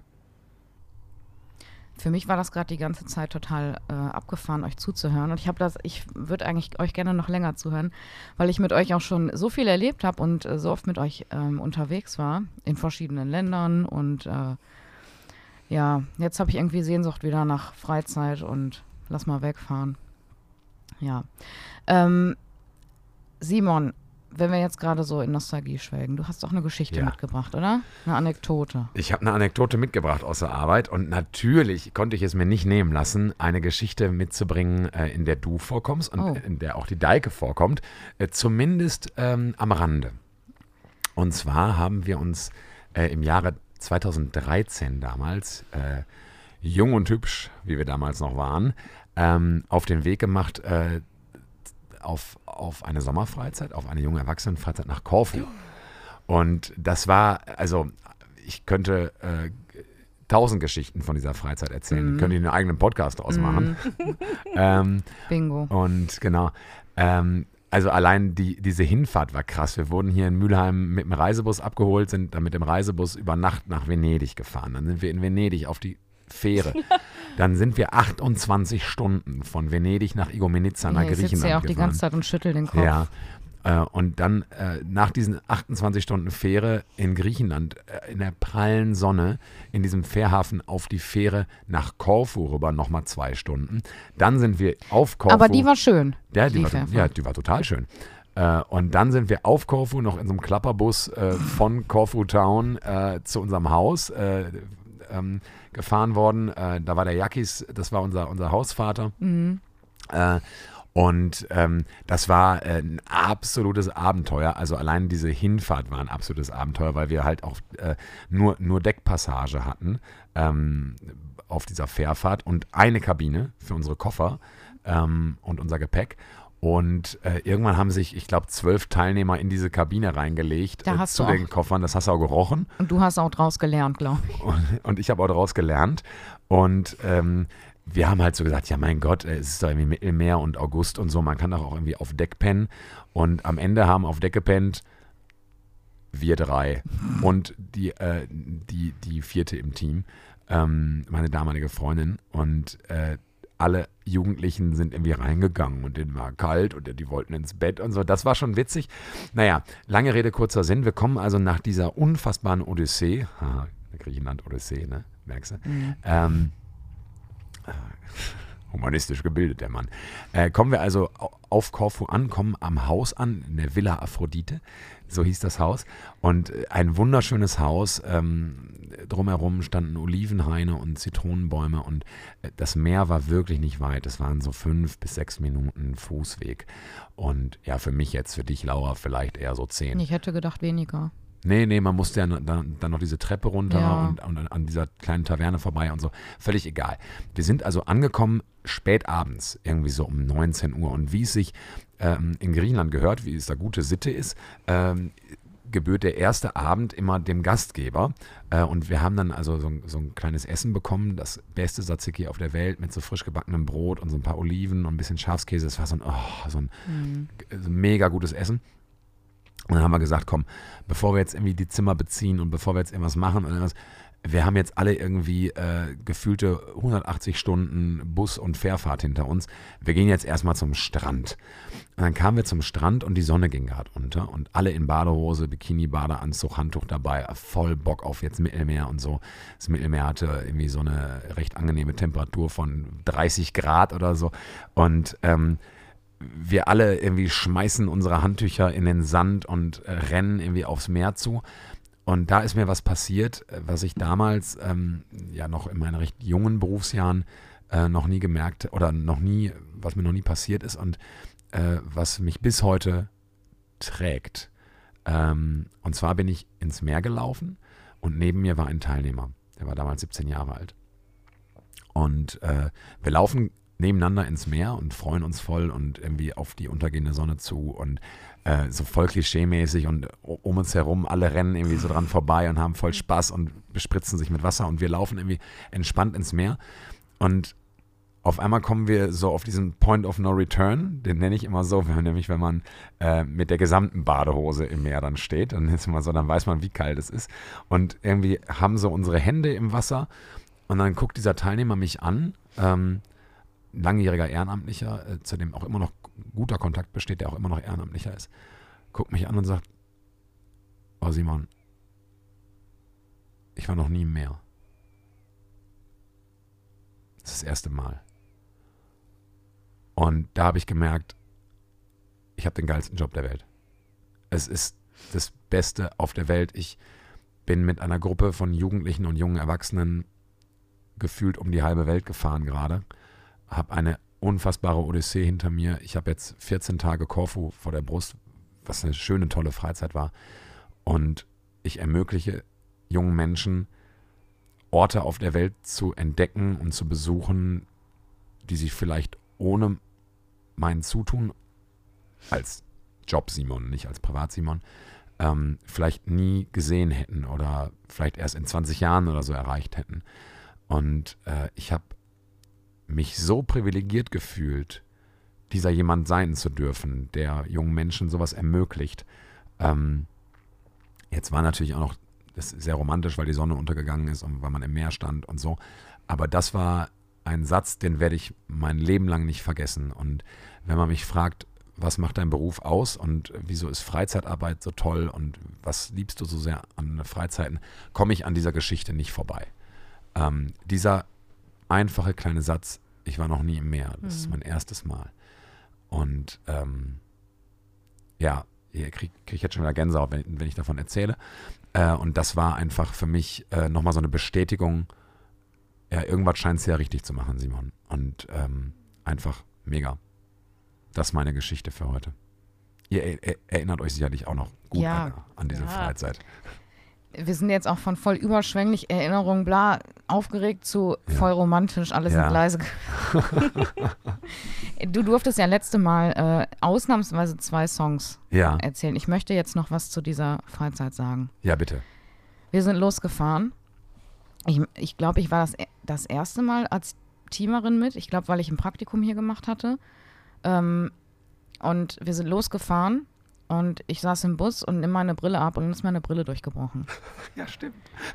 Für mich war das gerade die ganze Zeit total äh, abgefahren, euch zuzuhören. Und ich habe das, ich würde eigentlich euch gerne noch länger zuhören, weil ich mit euch auch schon so viel erlebt habe und äh, so oft mit euch ähm, unterwegs war, in verschiedenen Ländern. Und äh, ja, jetzt habe ich irgendwie Sehnsucht wieder nach Freizeit und lass mal wegfahren. Ja. Ähm, Simon, wenn wir jetzt gerade so in Nostalgie schwelgen, du hast doch eine Geschichte Ja. mitgebracht, oder? Eine Anekdote. Ich habe eine Anekdote mitgebracht aus der Arbeit und natürlich konnte ich es mir nicht nehmen lassen, eine Geschichte mitzubringen, äh, in der du vorkommst und Oh. in der auch die Deike vorkommt, äh, zumindest ähm, am Rande. Und zwar haben wir uns äh, im Jahre zweitausenddreizehn damals, äh, jung und hübsch, wie wir damals noch waren, ähm, auf den Weg gemacht äh, auf, auf eine Sommerfreizeit, auf eine junge Erwachsenenfreizeit nach Korfu. Und das war, also ich könnte äh, tausend Geschichten von dieser Freizeit erzählen. Mhm. Ich könnte einen eigenen Podcast draus machen. ähm, Bingo. und genau. Ähm, also allein die, diese Hinfahrt war krass. Wir wurden hier in Mülheim mit dem Reisebus abgeholt, sind dann mit dem Reisebus über Nacht nach Venedig gefahren. Dann sind wir in Venedig auf die Fähre. Dann sind wir achtundzwanzig Stunden von Venedig nach Igoumenitsa nach Ja, ich Griechenland sitze ja auch gefahren. die ganze Zeit und schüttel den Kopf. Ja. Äh, und dann äh, nach diesen achtundzwanzig Stunden Fähre in Griechenland, äh, in der prallen Sonne, in diesem Fährhafen auf die Fähre nach Korfu rüber, nochmal zwei Stunden. Dann sind wir auf Korfu. Aber die war schön. Ja, die, die war, Fährfahrt. ja, die war total schön. Äh, und dann sind wir auf Korfu noch in so einem Klapperbus äh, von Korfu Town äh, zu unserem Haus äh, ähm, gefahren worden. Äh, da war der Yakis, das war unser, unser Hausvater. Mhm. Äh, und ähm, das war äh, ein absolutes Abenteuer. Also allein diese Hinfahrt war ein absolutes Abenteuer, weil wir halt auch äh, nur, nur Deckpassage hatten ähm, auf dieser Fährfahrt und eine Kabine für unsere Koffer ähm, und unser Gepäck. Und äh, irgendwann haben sich, ich glaube, zwölf Teilnehmer in diese Kabine reingelegt Da äh, hast zu du den Koffern. Das hast du auch gerochen. Und du hast auch draus gelernt, glaube ich. Und, und ich habe auch daraus gelernt. Und ähm, wir haben halt so gesagt, ja mein Gott, es ist doch irgendwie Mittelmeer und August und so, man kann doch auch irgendwie auf Deck pennen. Und am Ende haben auf Deck gepennt wir drei und die, äh, die, die vierte im Team, ähm, meine damalige Freundin. Und äh, alle Jugendlichen sind irgendwie reingegangen und denen war kalt und die wollten ins Bett und so. Das war schon witzig. Naja, lange Rede, kurzer Sinn. Wir kommen also nach dieser unfassbaren Odyssee, haha, Griechenland-Odyssee, ne, merkst du, Mhm. ähm, humanistisch gebildet, der Mann. Äh, kommen wir also auf Korfu an, kommen am Haus an, in der Villa Aphrodite, so hieß das Haus. Und ein wunderschönes Haus, ähm, drumherum standen Olivenhaine und Zitronenbäume und äh, das Meer war wirklich nicht weit. Es waren so fünf bis sechs Minuten Fußweg. Und ja, für mich jetzt, für dich, Laura, vielleicht eher so zehn. Ich hätte gedacht weniger. Nee, nee, man musste ja dann, dann noch diese Treppe runter Ja. und, und an dieser kleinen Taverne vorbei und so. Völlig egal. Wir sind also angekommen spät abends, irgendwie so um neunzehn Uhr. Und wie es sich ähm, in Griechenland gehört, wie es da gute Sitte ist, ähm, gebührt der erste Abend immer dem Gastgeber. Äh, und wir haben dann also so, so ein kleines Essen bekommen, das beste Tzatziki auf der Welt mit so frisch gebackenem Brot und so ein paar Oliven und ein bisschen Schafskäse. Es war so ein, oh, so ein, Mhm. so ein mega gutes Essen. Und dann haben wir gesagt, komm, bevor wir jetzt irgendwie die Zimmer beziehen und bevor wir jetzt irgendwas machen und irgendwas, wir haben jetzt alle irgendwie äh, gefühlte hundertachtzig Stunden Bus- und Fährfahrt hinter uns. Wir gehen jetzt erstmal zum Strand. Und dann kamen wir zum Strand und die Sonne ging gerade unter und alle in Badehose, Bikini, Badeanzug, Handtuch dabei, voll Bock auf jetzt Mittelmeer und so. Das Mittelmeer hatte irgendwie so eine recht angenehme Temperatur von dreißig Grad oder so und ähm, wir alle irgendwie schmeißen unsere Handtücher in den Sand und äh, rennen irgendwie aufs Meer zu. Und da ist mir was passiert, äh, was ich damals ähm, ja noch in meinen recht jungen Berufsjahren äh, noch nie gemerkt oder noch nie, was mir noch nie passiert ist und äh, was mich bis heute trägt. Ähm, und zwar bin ich ins Meer gelaufen und neben mir war ein Teilnehmer. Der war damals siebzehn Jahre alt. Und äh, wir laufen nebeneinander ins Meer und freuen uns voll und irgendwie auf die untergehende Sonne zu und äh, so voll klischeemäßig und um uns herum alle rennen irgendwie so dran vorbei und haben voll Spaß und bespritzen sich mit Wasser und wir laufen irgendwie entspannt ins Meer und auf einmal kommen wir so auf diesen Point of No Return, den nenne ich immer so, nämlich wenn man äh, mit der gesamten Badehose im Meer dann steht, dann ist immer so, dann weiß man, wie kalt es ist und irgendwie haben so unsere Hände im Wasser und dann guckt dieser Teilnehmer mich an, ähm, langjähriger Ehrenamtlicher, äh, zu dem auch immer noch guter Kontakt besteht, der auch immer noch Ehrenamtlicher ist, guckt mich an und sagt, oh Simon, ich war noch nie im Meer. Das ist das erste Mal. Und da habe ich gemerkt, ich habe den geilsten Job der Welt. Es ist das Beste auf der Welt. Ich bin mit einer Gruppe von Jugendlichen und jungen Erwachsenen gefühlt um die halbe Welt gefahren gerade. Habe eine unfassbare Odyssee hinter mir. Ich habe jetzt vierzehn Tage Korfu vor der Brust, was eine schöne, tolle Freizeit war. Und ich ermögliche jungen Menschen, Orte auf der Welt zu entdecken und zu besuchen, die sich vielleicht ohne mein Zutun als Job-Simon, nicht als Privat-Simon, ähm, vielleicht nie gesehen hätten oder vielleicht erst in zwanzig Jahren oder so erreicht hätten. Und äh, ich habe mich so privilegiert gefühlt, dieser jemand sein zu dürfen, der jungen Menschen sowas ermöglicht. Ähm, jetzt war natürlich auch noch, das ist sehr romantisch, weil die Sonne untergegangen ist und weil man im Meer stand und so. Aber das war ein Satz, den werde ich mein Leben lang nicht vergessen. Und wenn man mich fragt, was macht dein Beruf aus und wieso ist Freizeitarbeit so toll und was liebst du so sehr an Freizeiten, komme ich an dieser Geschichte nicht vorbei. Ähm, dieser einfache kleine Satz, ich war noch nie im Meer, das mhm. ist mein erstes Mal. Und ähm, ja, ich kriege krieg jetzt schon wieder Gänsehaut, wenn, wenn ich davon erzähle. Äh, und das war einfach für mich äh, nochmal so eine Bestätigung, ja, irgendwas scheint es ja richtig zu machen, Simon. Und ähm, einfach mega. Das ist meine Geschichte für heute. Ihr er, erinnert euch sicherlich auch noch gut ja. an, an diese ja. Freizeit. Wir sind jetzt auch von voll überschwänglich Erinnerungen, bla, aufgeregt zu Ja. voll romantisch, alles Ja. in Gleise. Du durftest ja letzte Mal äh, ausnahmsweise zwei Songs Ja, erzählen. Ich möchte jetzt noch was zu dieser Freizeit sagen. ja, bitte. Wir sind losgefahren. Ich, ich glaube, ich war das, das erste Mal als Teamerin mit. Ich glaube, weil ich ein Praktikum hier gemacht hatte. Ähm, und wir sind losgefahren und ich saß im Bus und nimm meine Brille ab und dann ist meine Brille durchgebrochen. Ja, stimmt.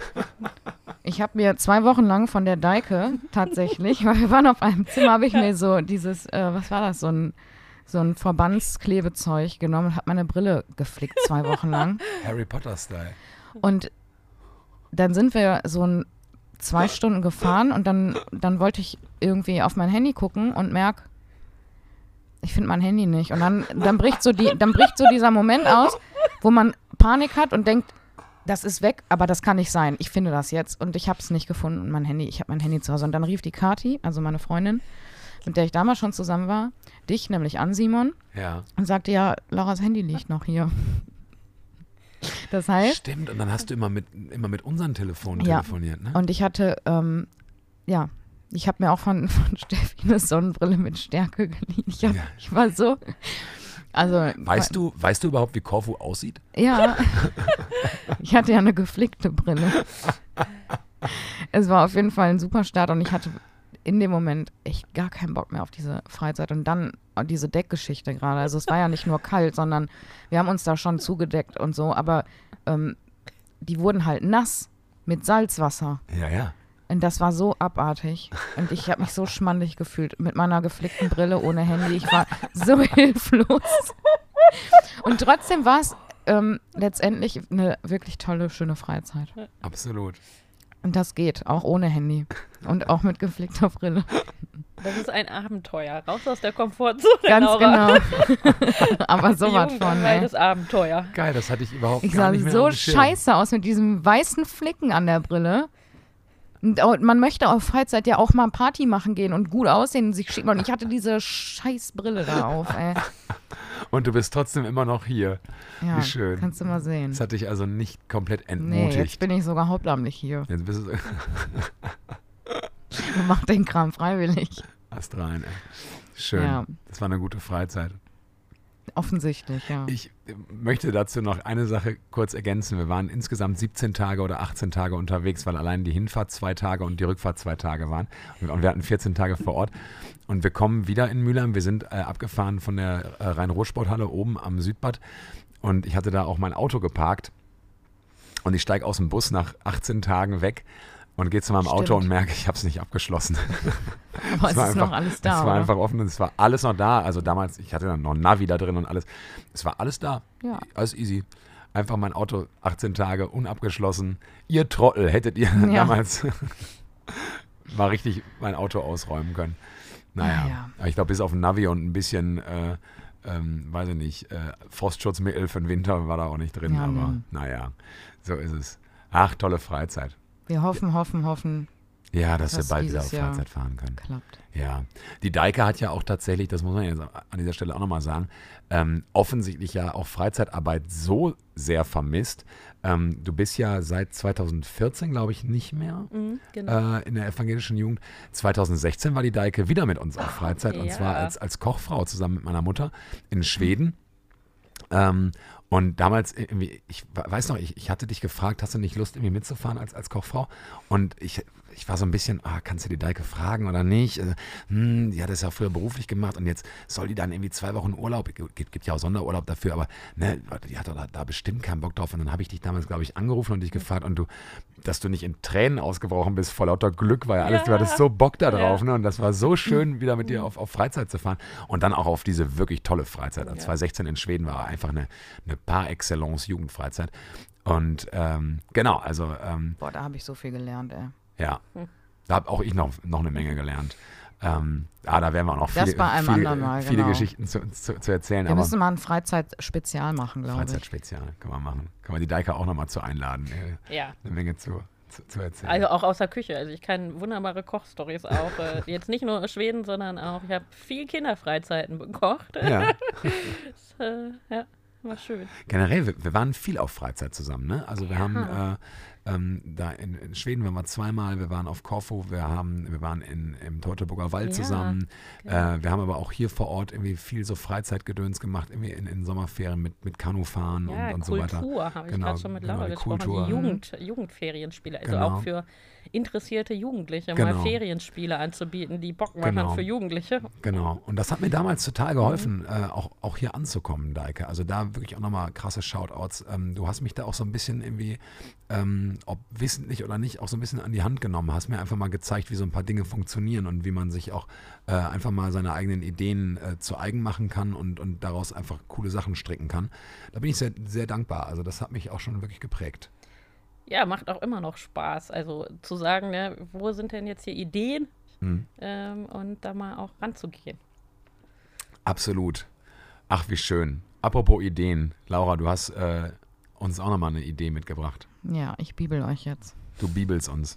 Ich habe mir zwei Wochen lang von der Deike tatsächlich, weil wir waren auf einem Zimmer, habe ich mir so dieses, äh, was war das, so ein, so ein Verbandsklebezeug genommen und habe meine Brille geflickt zwei Wochen lang. Harry Potter-Style. Und dann sind wir so ein, zwei Stunden gefahren und dann, dann wollte ich irgendwie auf mein Handy gucken und merke, ich finde mein Handy nicht. Und dann, dann, bricht so die, dann bricht so dieser Moment aus, wo man Panik hat und denkt, das ist weg, aber das kann nicht sein. Ich finde das jetzt und ich habe es nicht gefunden und mein Handy, ich habe mein Handy zu Hause. Und dann rief die Kathi, also meine Freundin, mit der ich damals schon zusammen war, dich nämlich an, Simon, Ja. und sagte, ja, Lauras Handy liegt noch hier. Das heißt, Stimmt, und dann hast du immer mit, immer mit unseren Telefonen Ja. telefoniert, ne? und ich hatte, ähm, ja, ich habe mir auch von, von Steffi eine Sonnenbrille mit Stärke geliehen. Ich, hab, Ja. ich war so, also. Weißt du, weißt du überhaupt, wie Korfu aussieht? Ja, ich hatte ja eine geflickte Brille. Es war auf jeden Fall ein super Start und ich hatte in dem Moment echt gar keinen Bock mehr auf diese Freizeit und dann diese Deckgeschichte gerade. Also es war ja nicht nur kalt, sondern wir haben uns da schon zugedeckt und so, aber ähm, die wurden halt nass mit Salzwasser. Ja, ja. Und das war so abartig. Und ich habe mich so schmandig gefühlt mit meiner geflickten Brille ohne Handy. Ich war so hilflos. Und trotzdem war es ähm, letztendlich eine wirklich tolle, schöne Freizeit. Absolut. Und das geht, auch ohne Handy. Und auch mit geflickter Brille. Das ist ein Abenteuer. Raus aus der Komfortzone, Ganz Laura. genau. Aber sowas von, ey. Das Abenteuer. Geil, das hatte ich überhaupt Ich gar sah nicht mehr so auf dem Schirm. scheiße aus mit diesem weißen Flicken an der Brille. Und auch- man möchte auf Freizeit ja auch mal Party machen gehen und gut aussehen und sich schicken. Und ich hatte diese scheiß Brille da auf, ey. Und du bist trotzdem immer noch hier. Ja, Wie schön. kannst du mal sehen. Das hat dich also nicht komplett Nee, entmutigt. jetzt bin ich sogar hauptamtlich hier. Jetzt bist du Und mach den Kram freiwillig. Ast rein, ey. Schön. Ja. Das war eine gute Freizeit. Offensichtlich, ja. Ich äh, möchte dazu noch eine Sache kurz ergänzen. Wir waren insgesamt siebzehn Tage oder achtzehn Tage unterwegs, weil allein die Hinfahrt zwei Tage und die Rückfahrt zwei Tage waren. Und wir hatten vierzehn Tage vor Ort. Und wir kommen wieder in Mülheim. Wir sind äh, abgefahren von der äh, Rhein-Ruhr-Sporthalle oben am Südbad. Und ich hatte da auch mein Auto geparkt. Und ich steige aus dem Bus nach achtzehn Tagen weg und gehe zu meinem Auto Stimmt. und merke, ich habe es nicht abgeschlossen. Aber es war ist einfach, noch alles da, Es war oder? einfach offen und es war alles noch da. Also damals, ich hatte dann noch ein Navi da drin und alles. Es war alles da. Ja. Alles easy. Einfach mein Auto achtzehn Tage unabgeschlossen. Ihr Trottel, hättet ihr Ja. damals mal richtig mein Auto ausräumen können. Naja, Ja. aber ich glaube, bis auf ein Navi und ein bisschen, äh, ähm, weiß ich nicht, äh, Frostschutzmittel für den Winter war da auch nicht drin. Ja, aber nee. naja, so ist es. Ach, tolle Freizeit. Wir hoffen, hoffen, hoffen, Ja, dass Das wir bald wieder auf dieses Jahr Freizeit fahren können. klappt. Ja, die Deike hat ja auch tatsächlich, das muss man jetzt an dieser Stelle auch nochmal sagen, ähm, offensichtlich ja auch Freizeitarbeit so sehr vermisst. Ähm, du bist ja seit zweitausendvierzehn, glaube ich, nicht mehr Mhm, genau. äh, in der evangelischen Jugend. zweitausendsechzehn war die Deike wieder mit uns auf Freizeit und Ja. zwar als, als Kochfrau zusammen mit meiner Mutter in Schweden. Ähm, Und damals, irgendwie, ich weiß noch, ich, ich hatte dich gefragt, hast du nicht Lust, irgendwie mitzufahren als, als Kochfrau? Und ich, ich war so ein bisschen, ah, kannst du die Deike fragen oder nicht? Also, hm, die hat das ja früher beruflich gemacht und jetzt soll die dann irgendwie zwei Wochen Urlaub, gibt, gibt ja auch Sonderurlaub dafür, aber ne, die hat doch da, da bestimmt keinen Bock drauf. Und dann habe ich dich damals, glaube ich, angerufen und dich gefragt und du, dass du nicht in Tränen ausgebrochen bist vor lauter Glück, weil alles, ja. du hattest so Bock da drauf. Ja. Ne? Und das war so schön, wieder mit dir auf, auf Freizeit zu fahren. Und dann auch auf diese wirklich tolle Freizeit. Also ja. zwanzig sechzehn in Schweden war einfach eine, eine par excellence Jugendfreizeit. Und ähm, genau, also ähm, boah, da habe ich so viel gelernt, ey. Ja, da habe auch ich noch, noch eine Menge gelernt. Ähm, ah, da werden wir auch noch viele, bei einem viele, Mal, viele genau. Geschichten zu, zu, zu erzählen. Wir aber müssen mal ein Freizeitspezial machen, glaube ich. Freizeitspezial, können wir machen. Können wir die Deike auch nochmal zu einladen. Äh, ja. Eine Menge zu, zu, zu erzählen. Also auch aus der Küche. Also ich kann wunderbare Kochstories auch. Äh, jetzt nicht nur aus Schweden, sondern auch, ich habe viel Kinderfreizeiten bekocht. Ja. das, äh, ja, war schön. Generell, wir, wir waren viel auf Freizeit zusammen, ne? Also wir ja. haben äh, ähm, da in, in Schweden waren wir zweimal, wir waren auf Korfu, wir haben, wir waren in, im Teutoburger Wald ja, zusammen. Genau. Äh, wir haben aber auch hier vor Ort irgendwie viel so Freizeitgedöns gemacht, irgendwie in, in Sommerferien mit, mit Kanufahren ja, und, und so weiter. Kultur, habe ich genau, gerade schon mit Laura genau, gesprochen. Kultur. Die Jugend, Jugendferienspiele, also genau. auch für interessierte Jugendliche, genau. mal Ferienspiele anzubieten, die Bock machen genau. für Jugendliche. Genau. Und das hat mir damals total geholfen, mhm. äh, auch, auch hier anzukommen, Deike. Also da wirklich auch nochmal krasse Shoutouts. Ähm, du hast mich da auch so ein bisschen irgendwie, ähm, ob wissentlich oder nicht, auch so ein bisschen an die Hand genommen. Hast mir einfach mal gezeigt, wie so ein paar Dinge funktionieren und wie man sich auch äh, einfach mal seine eigenen Ideen äh, zu eigen machen kann und, und daraus einfach coole Sachen stricken kann. Da bin ich sehr, sehr dankbar. Also das hat mich auch schon wirklich geprägt. Ja, macht auch immer noch Spaß. Also zu sagen, ne, wo sind denn jetzt hier Ideen hm. ähm, und da mal auch ranzugehen. Absolut. Ach, wie schön. Apropos Ideen. Laura, du hast äh, uns auch nochmal eine Idee mitgebracht. Ja, ich bibel euch jetzt. Du bibelst uns.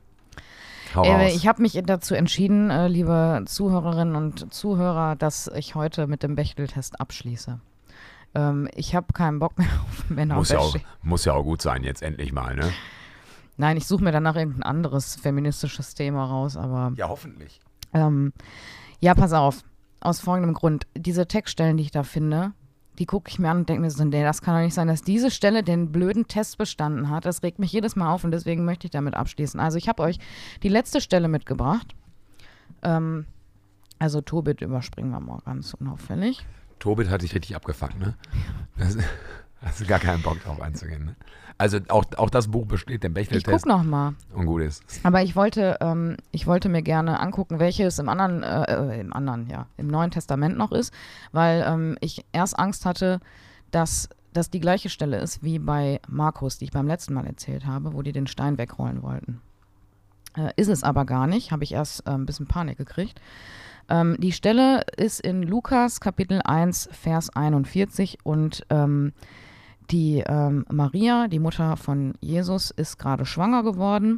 Hau äh, raus. Ich habe mich dazu entschieden, äh, liebe Zuhörerinnen und Zuhörer, dass ich heute mit dem Bechtel-Test abschließe. Ähm, ich habe keinen Bock mehr auf Männer. Muss ja, auch, muss ja auch gut sein, jetzt endlich mal, ne? Nein, ich suche mir danach irgendein anderes feministisches Thema raus, aber... Ja, hoffentlich. Ähm, ja, pass auf. Aus folgendem Grund. Diese Textstellen, die ich da finde, die gucke ich mir an und denke mir so, nee, das kann doch nicht sein, dass diese Stelle den blöden Test bestanden hat. Das regt mich jedes Mal auf und deswegen möchte ich damit abschließen. Also ich habe euch die letzte Stelle mitgebracht. Ähm, also Tobit überspringen wir mal ganz unauffällig. Tobit hat dich richtig abgefuckt, ne? Das, hast du gar keinen Bock drauf einzugehen, ne? Also auch, auch das Buch besteht, den Bechtel-Test. Ich guck noch mal. Und gut ist. Aber ich wollte, ähm, ich wollte mir gerne angucken, welches im anderen, äh, im anderen, ja, im Neuen Testament noch ist, weil ähm, ich erst Angst hatte, dass das die gleiche Stelle ist wie bei Markus, die ich beim letzten Mal erzählt habe, wo die den Stein wegrollen wollten. Äh, ist es aber gar nicht, habe ich erst äh, ein bisschen Panik gekriegt. Ähm, die Stelle ist in Lukas Kapitel eins, Vers einundvierzig und ähm, die ähm, Maria, die Mutter von Jesus, ist gerade schwanger geworden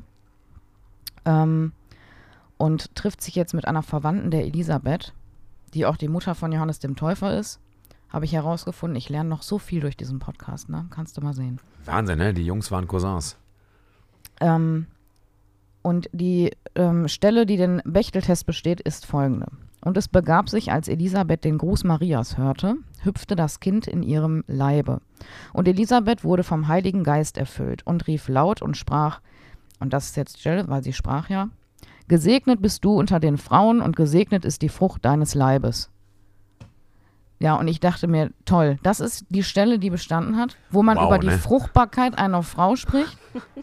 ähm, und trifft sich jetzt mit einer Verwandten der Elisabeth, die auch die Mutter von Johannes dem Täufer ist. Habe ich herausgefunden. Ich lerne noch so viel durch diesen Podcast, ne? Kannst du mal sehen. Wahnsinn, ne? Die Jungs waren Cousins. Ähm, und die ähm, Stelle, die den Bechtel-Test besteht, ist folgende. Und es begab sich, als Elisabeth den Gruß Marias hörte, hüpfte das Kind in ihrem Leibe. Und Elisabeth wurde vom Heiligen Geist erfüllt und rief laut und sprach, und das ist jetzt die Stelle, weil sie sprach ja, gesegnet bist du unter den Frauen und gesegnet ist die Frucht deines Leibes. Ja, und ich dachte mir, toll, das ist die Stelle, die bestanden hat, wo man wow, über ne? die Fruchtbarkeit einer Frau spricht.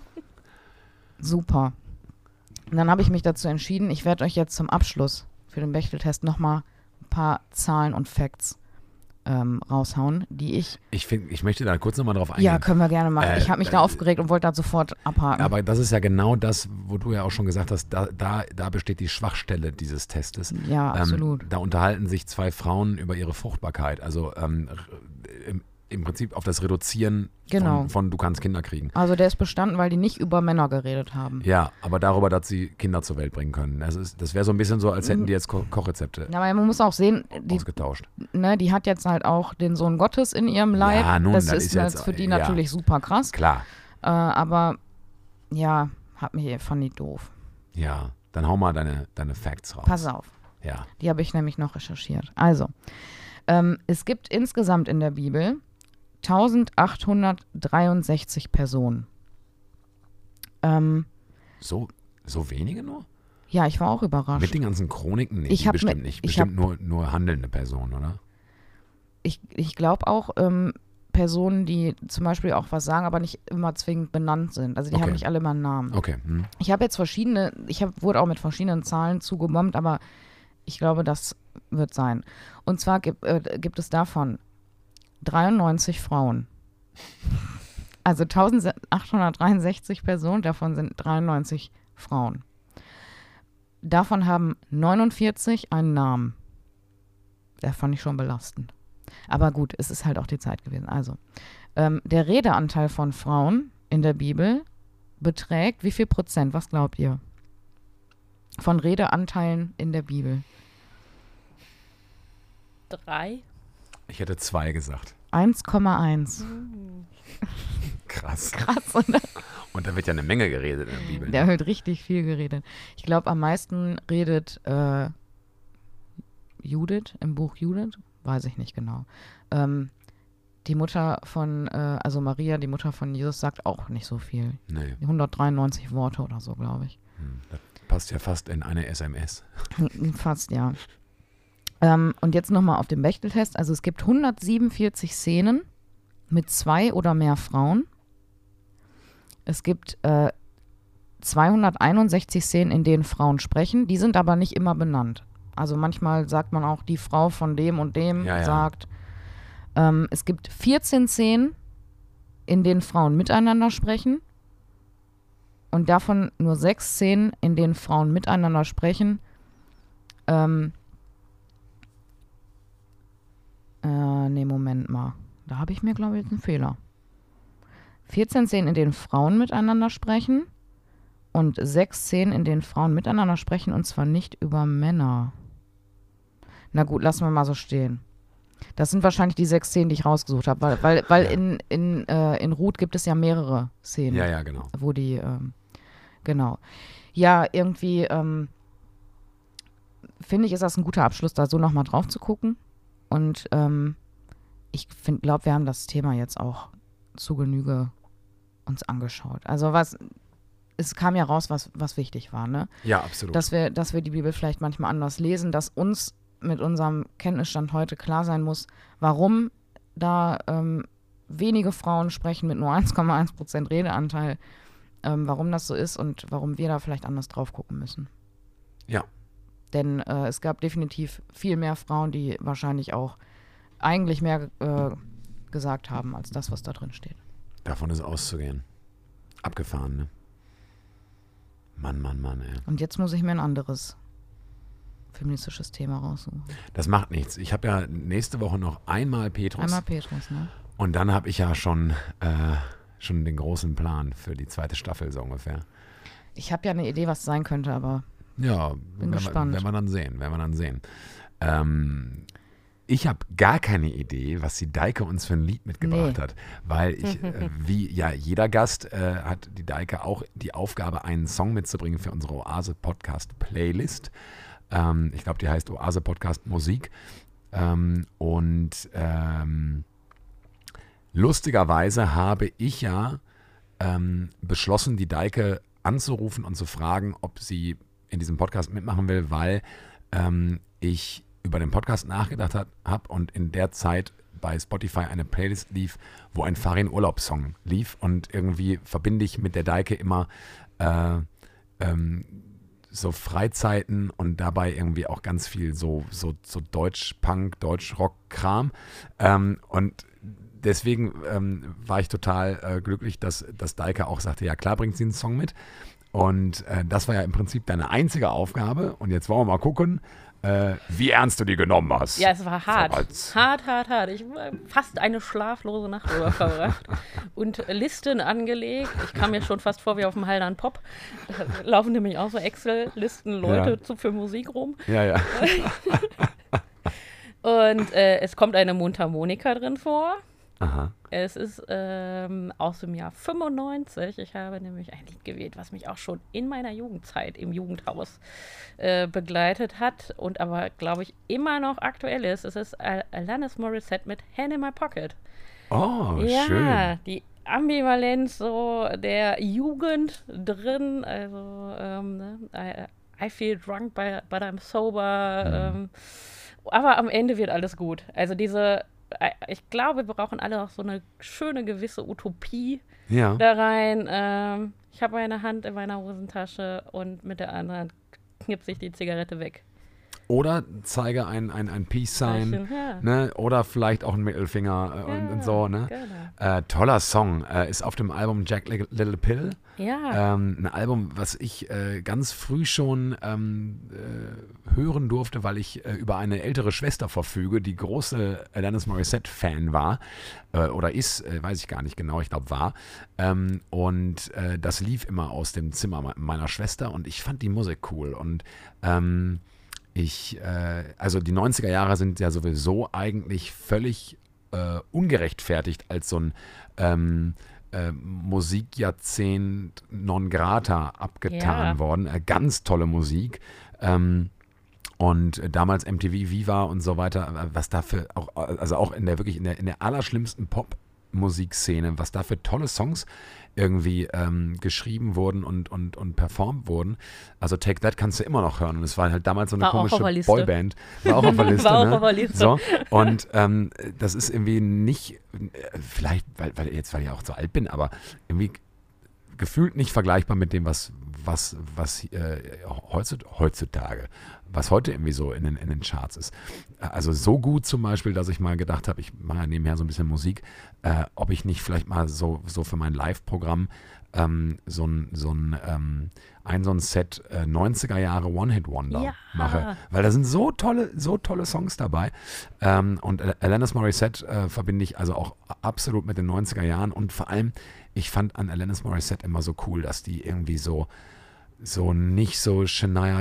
Super. Und dann habe ich mich dazu entschieden, ich werde euch jetzt zum Abschluss für den Bechtel-Test nochmal ein paar Zahlen und Facts ähm, raushauen, die ich... Ich, find, ich möchte da kurz nochmal drauf eingehen. Ja, können wir gerne machen. Äh, ich habe mich äh, da aufgeregt und wollte da sofort abhaken. Aber das ist ja genau das, wo du ja auch schon gesagt hast, da, da, da besteht die Schwachstelle dieses Testes. Ja, absolut. Ähm, da unterhalten sich zwei Frauen über ihre Fruchtbarkeit. Also ähm, im, im Prinzip auf das Reduzieren genau. von, von du kannst Kinder kriegen. Also der ist bestanden, weil die nicht über Männer geredet haben. Ja, aber darüber, dass sie Kinder zur Welt bringen können. Das, ist, das wäre so ein bisschen so, als hätten die jetzt Ko- Kochrezepte ja, aber man muss auch sehen, die, ausgetauscht. Ne, die hat jetzt halt auch den Sohn Gottes in ihrem Leib. Ja, nun, das, das ist, ist jetzt, jetzt für die ja. natürlich super krass. Klar. Äh, aber ja, hat mich, fand ich doof. Ja, dann hau mal deine, deine Facts raus. Pass auf. Ja. Die habe ich nämlich noch recherchiert. Also, ähm, es gibt insgesamt in der Bibel eintausendachthundertdreiundsechzig Personen. Ähm, So, so wenige nur? ja, ich war auch überrascht. Mit den ganzen Chroniken? Nee, Ich die hab bestimmt mit- nicht. ich Bestimmt nur, nur handelnde Personen, oder? Ich, ich glaube auch ähm, Personen, die zum Beispiel auch was sagen, aber nicht immer zwingend benannt sind. Also die Okay. haben nicht alle immer einen Namen. Okay. Hm. Ich habe jetzt verschiedene, ich hab, wurde auch mit verschiedenen Zahlen zugebombt, aber ich glaube, das wird sein. Und zwar gibt, äh, gibt es davon dreiundneunzig Frauen. Also eintausendachthundertdreiundsechzig Personen, davon sind dreiundneunzig Frauen. Davon haben neunundvierzig einen Namen. Das fand ich schon belastend. Aber gut, es ist halt auch die Zeit gewesen. Also, ähm, der Redeanteil von Frauen in der Bibel beträgt wie viel Prozent? Was glaubt ihr? Von Redeanteilen in der Bibel. Drei. Ich hätte zwei gesagt. eins Komma eins. Krass. Krass, oder? Und da wird ja eine Menge geredet in der Bibel. Da wird richtig viel geredet. Ich glaube, am meisten redet äh, Judith im Buch Judith. Weiß ich nicht genau. Ähm, die Mutter von, äh, also Maria, die Mutter von Jesus, sagt auch nicht so viel. Nee, hundertdreiundneunzig Worte oder so, glaube ich. hm, das passt ja fast in eine S M S. Fast, ja. Ähm, und jetzt nochmal auf den Bechteltest. Also es gibt hundertsiebenundvierzig Szenen mit zwei oder mehr Frauen. Es gibt äh, zweihunderteinundsechzig Szenen, in denen Frauen sprechen. Die sind aber nicht immer benannt. Also manchmal sagt man auch, die Frau von dem und dem Ja, ja. sagt. Ähm, es gibt vierzehn Szenen, in denen Frauen miteinander sprechen. Und davon nur sechs Szenen, in denen Frauen miteinander sprechen. Ähm, äh, nee, Moment mal. Da habe ich mir, glaube ich, jetzt einen Fehler. vierzehn Szenen, in denen Frauen miteinander sprechen. Und sechs Szenen, in denen Frauen miteinander sprechen. Und zwar nicht über Männer. Na gut, lassen wir mal so stehen. Das sind wahrscheinlich die sechs Szenen, die ich rausgesucht habe. Weil, weil, weil Ja. in, in, äh, in Ruth gibt es ja mehrere Szenen. Ja, ja, genau. Wo die, ähm, genau. Ja, irgendwie ähm, finde ich, ist das ein guter Abschluss, da so nochmal drauf zu gucken. Und ähm, ich glaube, wir haben das Thema jetzt auch zu Genüge uns angeschaut. Also was, es kam ja raus, was, was wichtig war, ne? Ja, absolut. Dass wir, dass wir die Bibel vielleicht manchmal anders lesen, dass uns mit unserem Kenntnisstand heute klar sein muss, warum da ähm, wenige Frauen sprechen mit nur eins Komma eins Prozent Redeanteil, ähm, warum das so ist und warum wir da vielleicht anders drauf gucken müssen. Ja. Denn äh, es gab definitiv viel mehr Frauen, die wahrscheinlich auch eigentlich mehr äh, gesagt haben, als das, was da drin steht. Davon ist auszugehen. Abgefahren, ne? Mann, Mann, Mann, ey. Und jetzt muss ich mir ein anderes feministisches Thema raussuchen. Das macht nichts. Ich habe ja nächste Woche noch einmal Petrus. Einmal Petrus, ne? Und dann habe ich ja schon, äh, schon den großen Plan für die zweite Staffel, so ungefähr. Ich habe ja eine Idee, was es sein könnte, aber Ja, Bin werden wir, gespannt. werden wir dann sehen, werden wir dann sehen. Ähm, ich habe gar keine Idee, was die Deike uns für ein Lied mitgebracht Nee. hat, weil ich, äh, wie ja jeder Gast, äh, hat die Deike auch die Aufgabe, einen Song mitzubringen für unsere Oase-Podcast-Playlist. Ähm, ich glaube, die heißt Oase-Podcast Musik. Ähm, und ähm, lustigerweise habe ich ja ähm, beschlossen, die Deike anzurufen und zu fragen, ob sie in diesem Podcast mitmachen will, weil ähm, ich über den Podcast nachgedacht habe und in der Zeit bei Spotify eine Playlist lief, wo ein Farin Urlaubssong lief und irgendwie verbinde ich mit der Deike immer äh, ähm, so Freizeiten und dabei irgendwie auch ganz viel so, so, so Deutsch-Punk, Deutsch-Rock-Kram ähm, und deswegen ähm, war ich total äh, glücklich, dass, dass Deike auch sagte, ja klar bringt sie einen Song mit. Und äh, das war ja im Prinzip deine einzige Aufgabe. Und jetzt wollen wir mal gucken, äh, wie ernst du die genommen hast. Ja, es war hart. So als- hart, hart, hart. Ich habe fast eine schlaflose Nacht drüber verbracht und Listen angelegt. Ich kam mir schon fast vor wie auf dem Haldern Pop. Da laufen nämlich auch so Excel-Listen Leute Ja. zu, für Musik rum. Ja, ja. Und äh, es kommt eine Mundharmonika drin vor. Aha. Es ist ähm, aus dem Jahr fünfundneunzig. Ich habe nämlich ein Lied gewählt, was mich auch schon in meiner Jugendzeit im Jugendhaus äh, begleitet hat und aber, glaube ich, immer noch aktuell ist. Es ist Al- Alanis Morissette mit Hand in My Pocket. Oh, ja, schön. die Ambivalenz so der Jugend drin. Also, ähm, ne? I, I feel drunk, but, but I'm sober. Mhm. Ähm, aber am Ende wird alles gut. Also diese ich glaube, wir brauchen alle auch so eine schöne gewisse Utopie Ja. da rein. Ähm, ich habe meine Hand in meiner Hosentasche und mit der anderen knipse ich die Zigarette weg. Oder zeige ein, ein, ein Peace-Sign, Ja. ne? Oder vielleicht auch einen Mittelfinger äh, und, Ja, und so. Ne? genau. Äh, toller Song. Äh, ist auf dem Album Jack Li- Little Pill. Ja, Ähm, ein Album, was ich äh, ganz früh schon ähm, äh, hören durfte, weil ich äh, über eine ältere Schwester verfüge, die große Alanis Morissette-Fan war. Äh, oder ist, äh, weiß ich gar nicht genau, ich glaube war. Ähm, und äh, das lief immer aus dem Zimmer me- meiner Schwester und ich fand die Musik cool. Und ähm, ich, äh, also die neunziger Jahre sind ja sowieso eigentlich völlig äh, ungerechtfertigt als so ein ähm, äh, Musikjahrzehnt non grata abgetan Ja. worden. Äh, ganz tolle Musik. Ähm, und äh, damals M T V Viva und so weiter, äh, was dafür auch, also auch in der wirklich in der, in der allerschlimmsten Pop-Musikszene, was da für tolle Songs irgendwie ähm, geschrieben wurden und, und, und performt wurden. Also Take That kannst du immer noch hören. Und es war halt damals so eine War auch komische auf der Liste. Boyband. War auch auf der Liste. War auch ne? auf der Liste. So. Und ähm, das ist irgendwie nicht, äh, vielleicht, weil, weil jetzt, weil ich auch zu alt bin, aber irgendwie gefühlt nicht vergleichbar mit dem, was, was, was äh, heutzutage, heutzutage, was heute irgendwie so in den, in den Charts ist. Also so gut zum Beispiel, dass ich mal gedacht habe, ich mache ja nebenher so ein bisschen Musik, äh, ob ich nicht vielleicht mal so, so für mein Live-Programm ähm, so ein, so ein, ähm, ein so ein Set äh, neunziger Jahre One-Hit-Wonder Ja. mache. Weil da sind so tolle, so tolle Songs dabei. Ähm, und Al- Alanis Morissette äh, verbinde ich also auch absolut mit den neunziger Jahren und vor allem, ich fand an Alanis Morissette immer so cool, dass die irgendwie so so nicht so Shania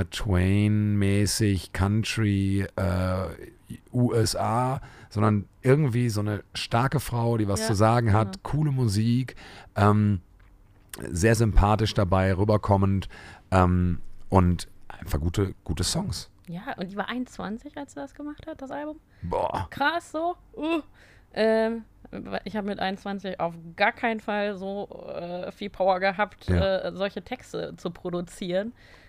Twain-mäßig Country äh, U S A, sondern irgendwie so eine starke Frau, die was Ja, zu sagen hat, genau. coole Musik, ähm, sehr sympathisch dabei, rüberkommend ähm, und einfach gute, gute Songs. Ja, und die war einundzwanzig, als sie das gemacht hat, das Album. Boah, Krass so. Uh. Ähm, ich habe mit einundzwanzig auf gar keinen Fall so äh, viel Power gehabt, Ja. äh, solche Texte zu produzieren.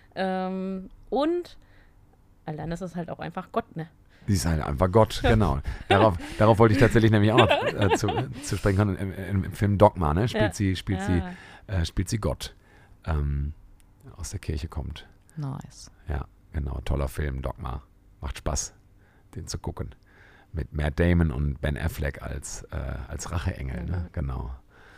Ähm, und Alanis ist halt auch einfach Gott, ne? die ist halt einfach Gott, genau. Darauf, darauf wollte ich tatsächlich nämlich auch noch äh, zu, zu sprechen kommen. Im, im, Im Film Dogma, ne, spielt Ja. sie, spielt Ja. sie, äh, spielt sie Gott, ähm, aus der Kirche kommt. Nice. Ja, genau, toller Film, Dogma. Macht Spaß, den zu gucken. Mit Matt Damon und Ben Affleck als, äh, als Racheengel, ne? Mhm. Genau.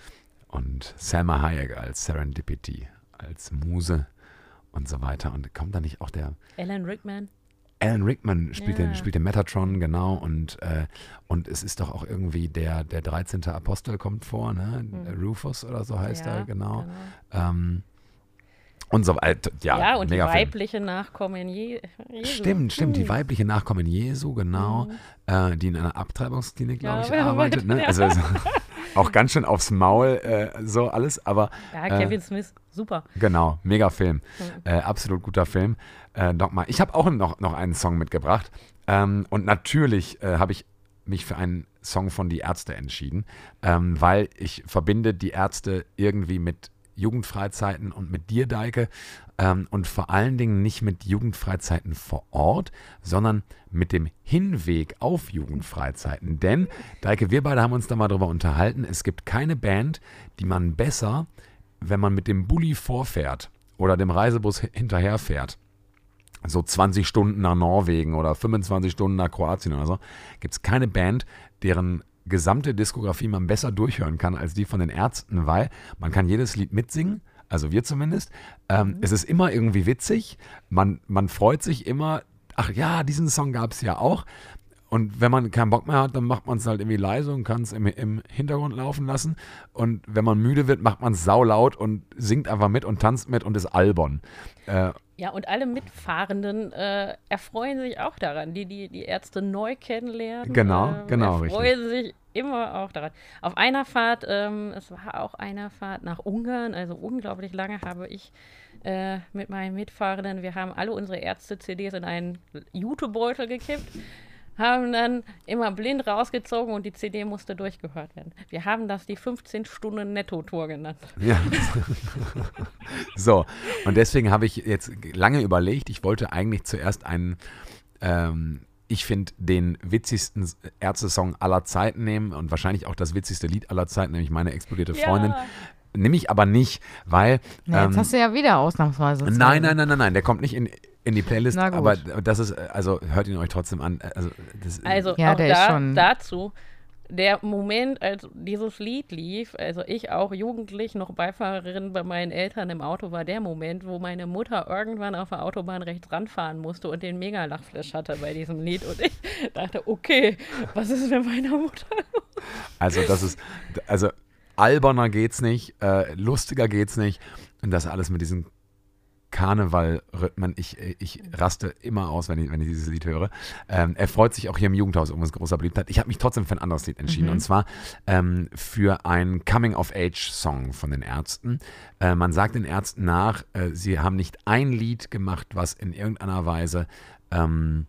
Und Salma Hayek als Serendipity, als Muse und so weiter. Und kommt da nicht auch der Alan Rickman. Alan Rickman spielt, Ja. den, spielt den Metatron, genau, und, äh, und es ist doch auch irgendwie der, der dreizehnte Apostel kommt vor, ne? Mhm. Rufus oder so heißt Ja, er, genau. Ähm, und so weiter. Ja, Ja, und die mega Film. weibliche Nachkommen Je Jesu. Stimmt, stimmt, die Hm. weibliche Nachkommen Jesu, genau, Mhm. äh, die in einer Abtreibungsklinik, glaube Ja, ich, wer arbeitet, ne? weiß, ja. Also also auch ganz schön aufs Maul, äh, so alles, aber Ja, äh, Kevin Smith, super. genau, mega Film. Mhm. Äh, absolut guter Film. Äh, Dogma. Ich habe auch noch, noch einen Song mitgebracht. Ähm, und natürlich äh, habe ich mich für einen Song von Die Ärzte entschieden, ähm, weil ich verbinde Die Ärzte irgendwie mit Jugendfreizeiten und mit dir, Deike. Ähm, und vor allen Dingen nicht mit Jugendfreizeiten vor Ort, sondern mit dem Hinweg auf Jugendfreizeiten. Denn, Deike, wir beide haben uns da mal drüber unterhalten. Es gibt keine Band, die man besser, wenn man mit dem Bulli vorfährt oder dem Reisebus hinterherfährt, so zwanzig Stunden nach Norwegen oder fünfundzwanzig Stunden nach Kroatien oder so, gibt es keine Band, deren gesamte Diskografie man besser durchhören kann als die von den Ärzten, weil man kann jedes Lied mitsingen, also wir zumindest. Ähm, Mhm. Es ist immer irgendwie witzig, man, man freut sich immer, ach ja, diesen Song gab es ja auch. Und wenn man keinen Bock mehr hat, dann macht man es halt irgendwie leise und kann es im, im Hintergrund laufen lassen. Und wenn man müde wird, macht man es saulaut und singt einfach mit und tanzt mit und ist albern. Äh, Ja, und alle Mitfahrenden äh, erfreuen sich auch daran, die, die die Ärzte neu kennenlernen. Genau, äh, genau, erfreuen sich immer auch daran. Auf einer Fahrt, ähm, es war auch eine Fahrt nach Ungarn, also unglaublich lange habe ich äh, mit meinen Mitfahrenden, wir haben alle unsere Ärzte-C Ds in einen Jutebeutel gekippt, haben dann immer blind rausgezogen und die C D musste durchgehört werden. Wir haben das die fünfzehn Stunden Netto-Tour genannt. Ja. So, und deswegen habe ich jetzt lange überlegt, ich wollte eigentlich zuerst einen, ähm, ich finde, den witzigsten Ärzte-Song aller Zeiten nehmen und wahrscheinlich auch das witzigste Lied aller Zeiten, nämlich Meine explodierte Freundin. Ja. Nehme ich aber nicht, weil... Na, jetzt ähm, hast du ja wieder ausnahmsweise Zeit. Nein, nein, nein, nein, nein, der kommt nicht in, in die Playlist, Na gut. aber das ist, also hört ihn euch trotzdem an. Also, das, Also Ja, auch der ist da, schon- dazu, der Moment, als dieses Lied lief, also ich auch jugendlich noch Beifahrerin bei meinen Eltern im Auto, war der Moment, wo meine Mutter irgendwann auf der Autobahn rechts ranfahren musste und den Mega-Lachflash hatte bei diesem Lied. Und ich dachte, okay, was ist mit meiner Mutter? also das ist, also alberner geht's nicht, äh, lustiger geht's nicht und das alles mit diesen Karneval-Rhythmen, ich, ich raste immer aus, wenn ich, wenn ich dieses Lied höre. Ähm, er freut sich auch hier im Jugendhaus um großer Beliebtheit. Ich habe mich trotzdem für ein anderes Lied entschieden Mhm. und zwar ähm, für einen Coming-of-Age-Song von den Ärzten. Äh, man sagt den Ärzten nach, äh, sie haben nicht ein Lied gemacht, was in irgendeiner Weise ähm,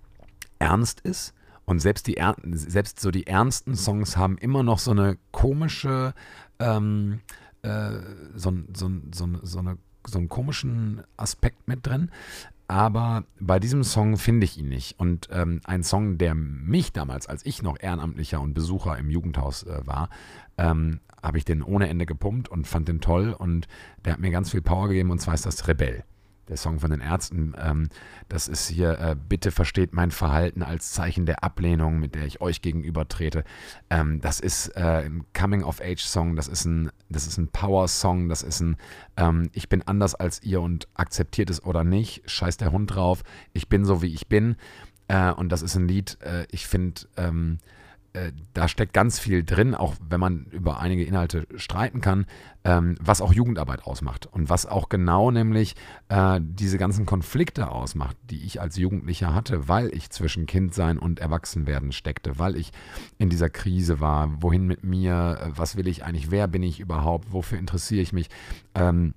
ernst ist. Und selbst, die, er- selbst so die ernsten Songs haben immer noch so eine komische, ähm, äh, so, so, so, so, eine, so einen komischen Aspekt mit drin. Aber bei diesem Song finde ich ihn nicht. Und ähm, ein Song, der mich damals, als ich noch Ehrenamtlicher und Besucher im Jugendhaus äh, war, ähm, habe ich den ohne Ende gepumpt und fand den toll. Und der hat mir ganz viel Power gegeben. Und zwar ist das Rebell. Der Song von den Ärzten, ähm, das ist hier, äh, bitte versteht mein Verhalten als Zeichen der Ablehnung, mit der ich euch gegenüber trete. Ähm, das ist äh, ein Coming-of-Age-Song, das ist ein, das ist ein Power-Song, das ist ein, ähm, ich bin anders als ihr und akzeptiert es oder nicht, scheiß der Hund drauf, ich bin so, wie ich bin. Äh, und das ist ein Lied, äh, ich finde, ähm, äh, da steckt ganz viel drin, auch wenn man über einige Inhalte streiten kann, ähm, was auch Jugendarbeit ausmacht und was auch genau nämlich äh, diese ganzen Konflikte ausmacht, die ich als Jugendlicher hatte, weil ich zwischen Kindsein und Erwachsenwerden steckte, weil ich in dieser Krise war, wohin mit mir, äh, was will ich eigentlich, wer bin ich überhaupt, wofür interessiere ich mich, ähm,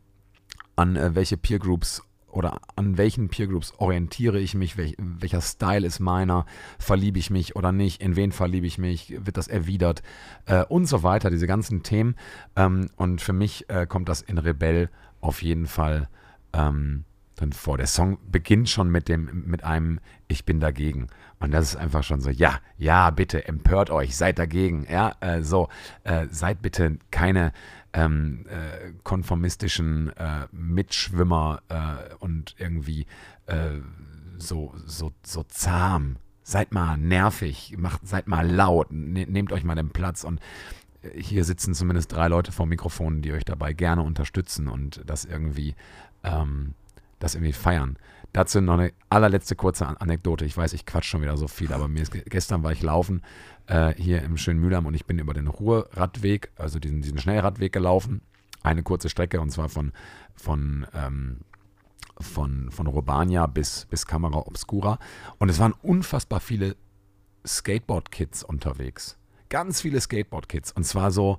an äh, welche Peergroups oder an welchen Peergroups orientiere ich mich, welch, welcher Style ist meiner, verliebe ich mich oder nicht, in wen verliebe ich mich, wird das erwidert äh, und so weiter, diese ganzen Themen. Ähm, und für mich äh, kommt das in Rebell auf jeden Fall ähm, drin vor. Der Song beginnt schon mit dem, mit einem Ich bin dagegen. Und das ist einfach schon so, ja, ja, bitte, empört euch, seid dagegen. Ja, äh, so, äh, seid bitte keine ähm, äh, konformistischen äh, Mitschwimmer äh, und irgendwie äh, so, so, so zahm. Seid mal nervig, macht, seid mal laut, ne, nehmt euch mal den Platz und hier sitzen zumindest drei Leute vor Mikrofon, die euch dabei gerne unterstützen und das irgendwie, ähm, das irgendwie feiern. Dazu noch eine allerletzte kurze An- Anekdote. Ich weiß, ich quatsch schon wieder so viel, aber mir ist ge- gestern war ich laufen äh, hier im schönen Mülheim und ich bin über den Ruhrradweg, also diesen, diesen Schnellradweg gelaufen. Eine kurze Strecke und zwar von, von, ähm, von, von Urbania bis, bis Camera Obscura. Und es waren unfassbar viele Skateboard-Kids unterwegs. Ganz viele Skateboard-Kids. Und zwar so,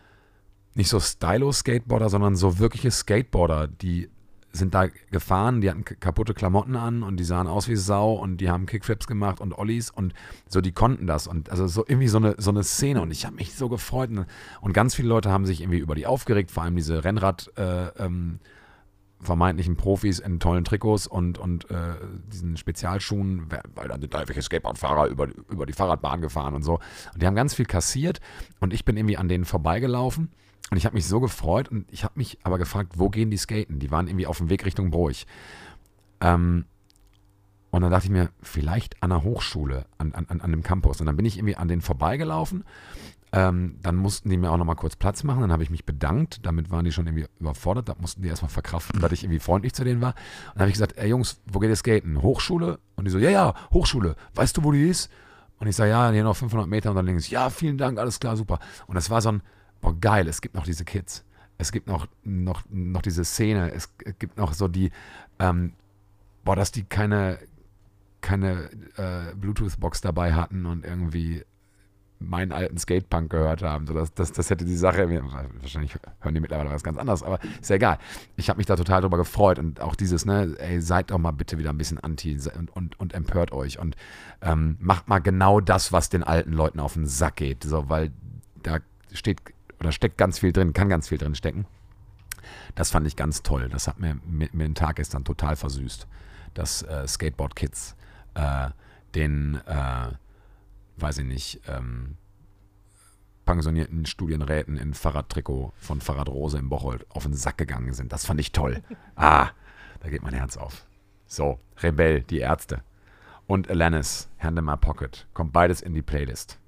nicht so Stylo-Skateboarder, sondern so wirkliche Skateboarder, die sind da gefahren, die hatten k- kaputte Klamotten an und die sahen aus wie Sau und die haben Kickflips gemacht und Ollies und so, die konnten das und also so irgendwie so eine, so eine Szene und ich habe mich so gefreut und, und ganz viele Leute haben sich irgendwie über die aufgeregt, vor allem diese Rennrad äh, ähm, vermeintlichen Profis in tollen Trikots und, und äh, diesen Spezialschuhen, weil dann sind da irgendwelche Skateboardfahrer über, über die Fahrradbahn gefahren und so und die haben ganz viel kassiert und ich bin irgendwie an denen vorbeigelaufen. Und ich habe mich so gefreut und ich habe mich aber gefragt, wo gehen die skaten? Die waren irgendwie auf dem Weg Richtung Bruch. Ähm, und dann dachte ich mir, vielleicht an der Hochschule, an, an, an einem Campus. Und dann bin ich irgendwie an denen vorbeigelaufen. Ähm, dann mussten die mir auch nochmal kurz Platz machen. Dann habe ich mich bedankt. Damit waren die schon irgendwie überfordert. Da mussten die erstmal verkraften, dass ich irgendwie freundlich zu denen war. Und dann habe ich gesagt, ey Jungs, wo geht ihr skaten? Hochschule? Und die so, ja, ja, Hochschule. Weißt du, wo die ist? Und ich sage, ja, hier noch fünfhundert Meter. Und dann links, ja, vielen Dank, alles klar, super. Und das war so ein, boah, geil, es gibt noch diese Kids. Es gibt noch, noch, noch diese Szene. Es gibt noch so die, ähm, boah, dass die keine, keine äh, Bluetooth-Box dabei hatten und irgendwie meinen alten Skatepunk gehört haben. So, das, das, das hätte die Sache, wahrscheinlich hören die mittlerweile was ganz anderes, aber ist ja egal. Ich habe mich da total drüber gefreut und auch dieses, ne, ey, seid doch mal bitte wieder ein bisschen anti und, und, und empört euch und ähm, macht mal genau das, was den alten Leuten auf den Sack geht, so, weil da steht oder steckt ganz viel drin, kann ganz viel drin stecken. Das fand ich ganz toll. Das hat mir, mir, mir den Tag gestern total versüßt, dass äh, Skateboard-Kids äh, den äh, weiß ich nicht, ähm, pensionierten Studienräten in Fahrradtrikot von Fahrradrose in Bocholt auf den Sack gegangen sind. Das fand ich toll. Ah, da geht mein Herz auf. So, Rebell, die Ärzte und Alanis, Hand in My Pocket. Kommt beides in die Playlist.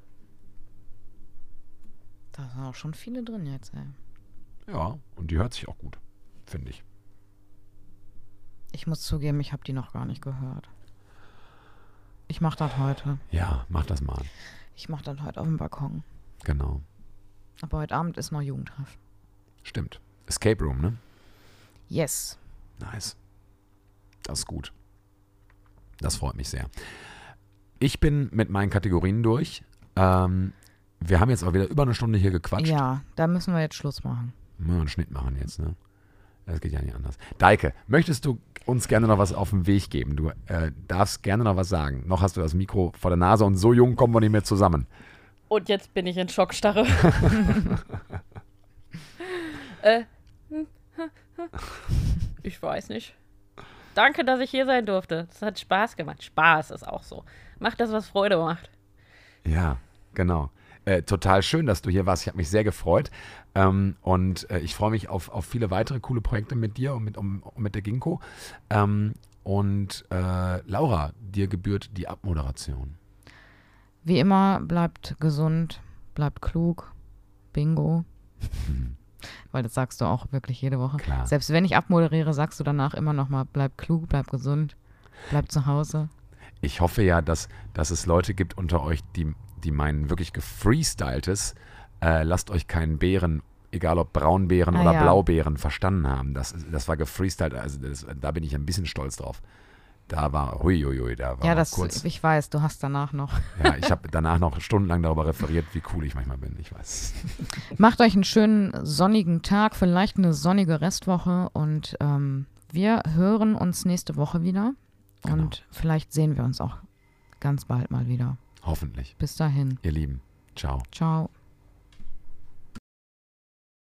Da sind auch schon viele drin jetzt, ey. Ja, und die hört sich auch gut, finde ich. Ich muss zugeben, ich habe die noch gar nicht gehört. Ich mach das heute. Ja, mach das mal. Ich mach das heute auf dem Balkon. Genau. Aber heute Abend ist noch Jugendtreff. Stimmt. Escape Room, ne? Yes. Nice. Das ist gut. Das freut mich sehr. Ich bin mit meinen Kategorien durch. Ähm, wir haben jetzt auch wieder über eine Stunde hier gequatscht. Ja, da müssen wir jetzt Schluss machen. Müssen wir einen Schnitt machen jetzt, ne? Das geht ja nicht anders. Deike, möchtest du uns gerne noch was auf den Weg geben? Du äh, darfst gerne noch was sagen. Noch hast du das Mikro vor der Nase und so jung kommen wir nicht mehr zusammen. Und jetzt bin ich in Schockstarre. äh, ich weiß nicht. Danke, dass ich hier sein durfte. Es hat Spaß gemacht. Spaß ist auch so. Macht das, was Freude macht. Ja, genau. Äh, total schön, dass du hier warst. Ich habe mich sehr gefreut. Ähm, und äh, ich freue mich auf, auf viele weitere coole Projekte mit dir und mit, um, mit der Ginkgo. Ähm, und äh, Laura, dir gebührt die Abmoderation. Wie immer, bleibt gesund, bleibt klug. Bingo. Hm. Weil das sagst du auch wirklich jede Woche. Klar. Selbst wenn ich abmoderiere, sagst du danach immer noch mal, bleib klug, bleib gesund, bleib zu Hause. Ich hoffe ja, dass, dass es Leute gibt unter euch, die, die meinen wirklich gefreestyltes, äh, lasst euch keinen Bären, egal ob Braunbären Ah, oder ja. Blaubeeren, verstanden haben. Das, das war gefreestylt, also das, da bin ich ein bisschen stolz drauf. Da war, huiuiui, da war Ja, mal das, kurz. ich weiß, du hast danach noch. Ja, ich habe danach noch stundenlang darüber referiert, wie cool ich manchmal bin, ich weiß. Macht euch einen schönen sonnigen Tag, vielleicht eine sonnige Restwoche und ähm, wir hören uns nächste Woche wieder Genau. und vielleicht sehen wir uns auch ganz bald mal wieder. Hoffentlich. Bis dahin. Ihr Lieben, ciao. Ciao.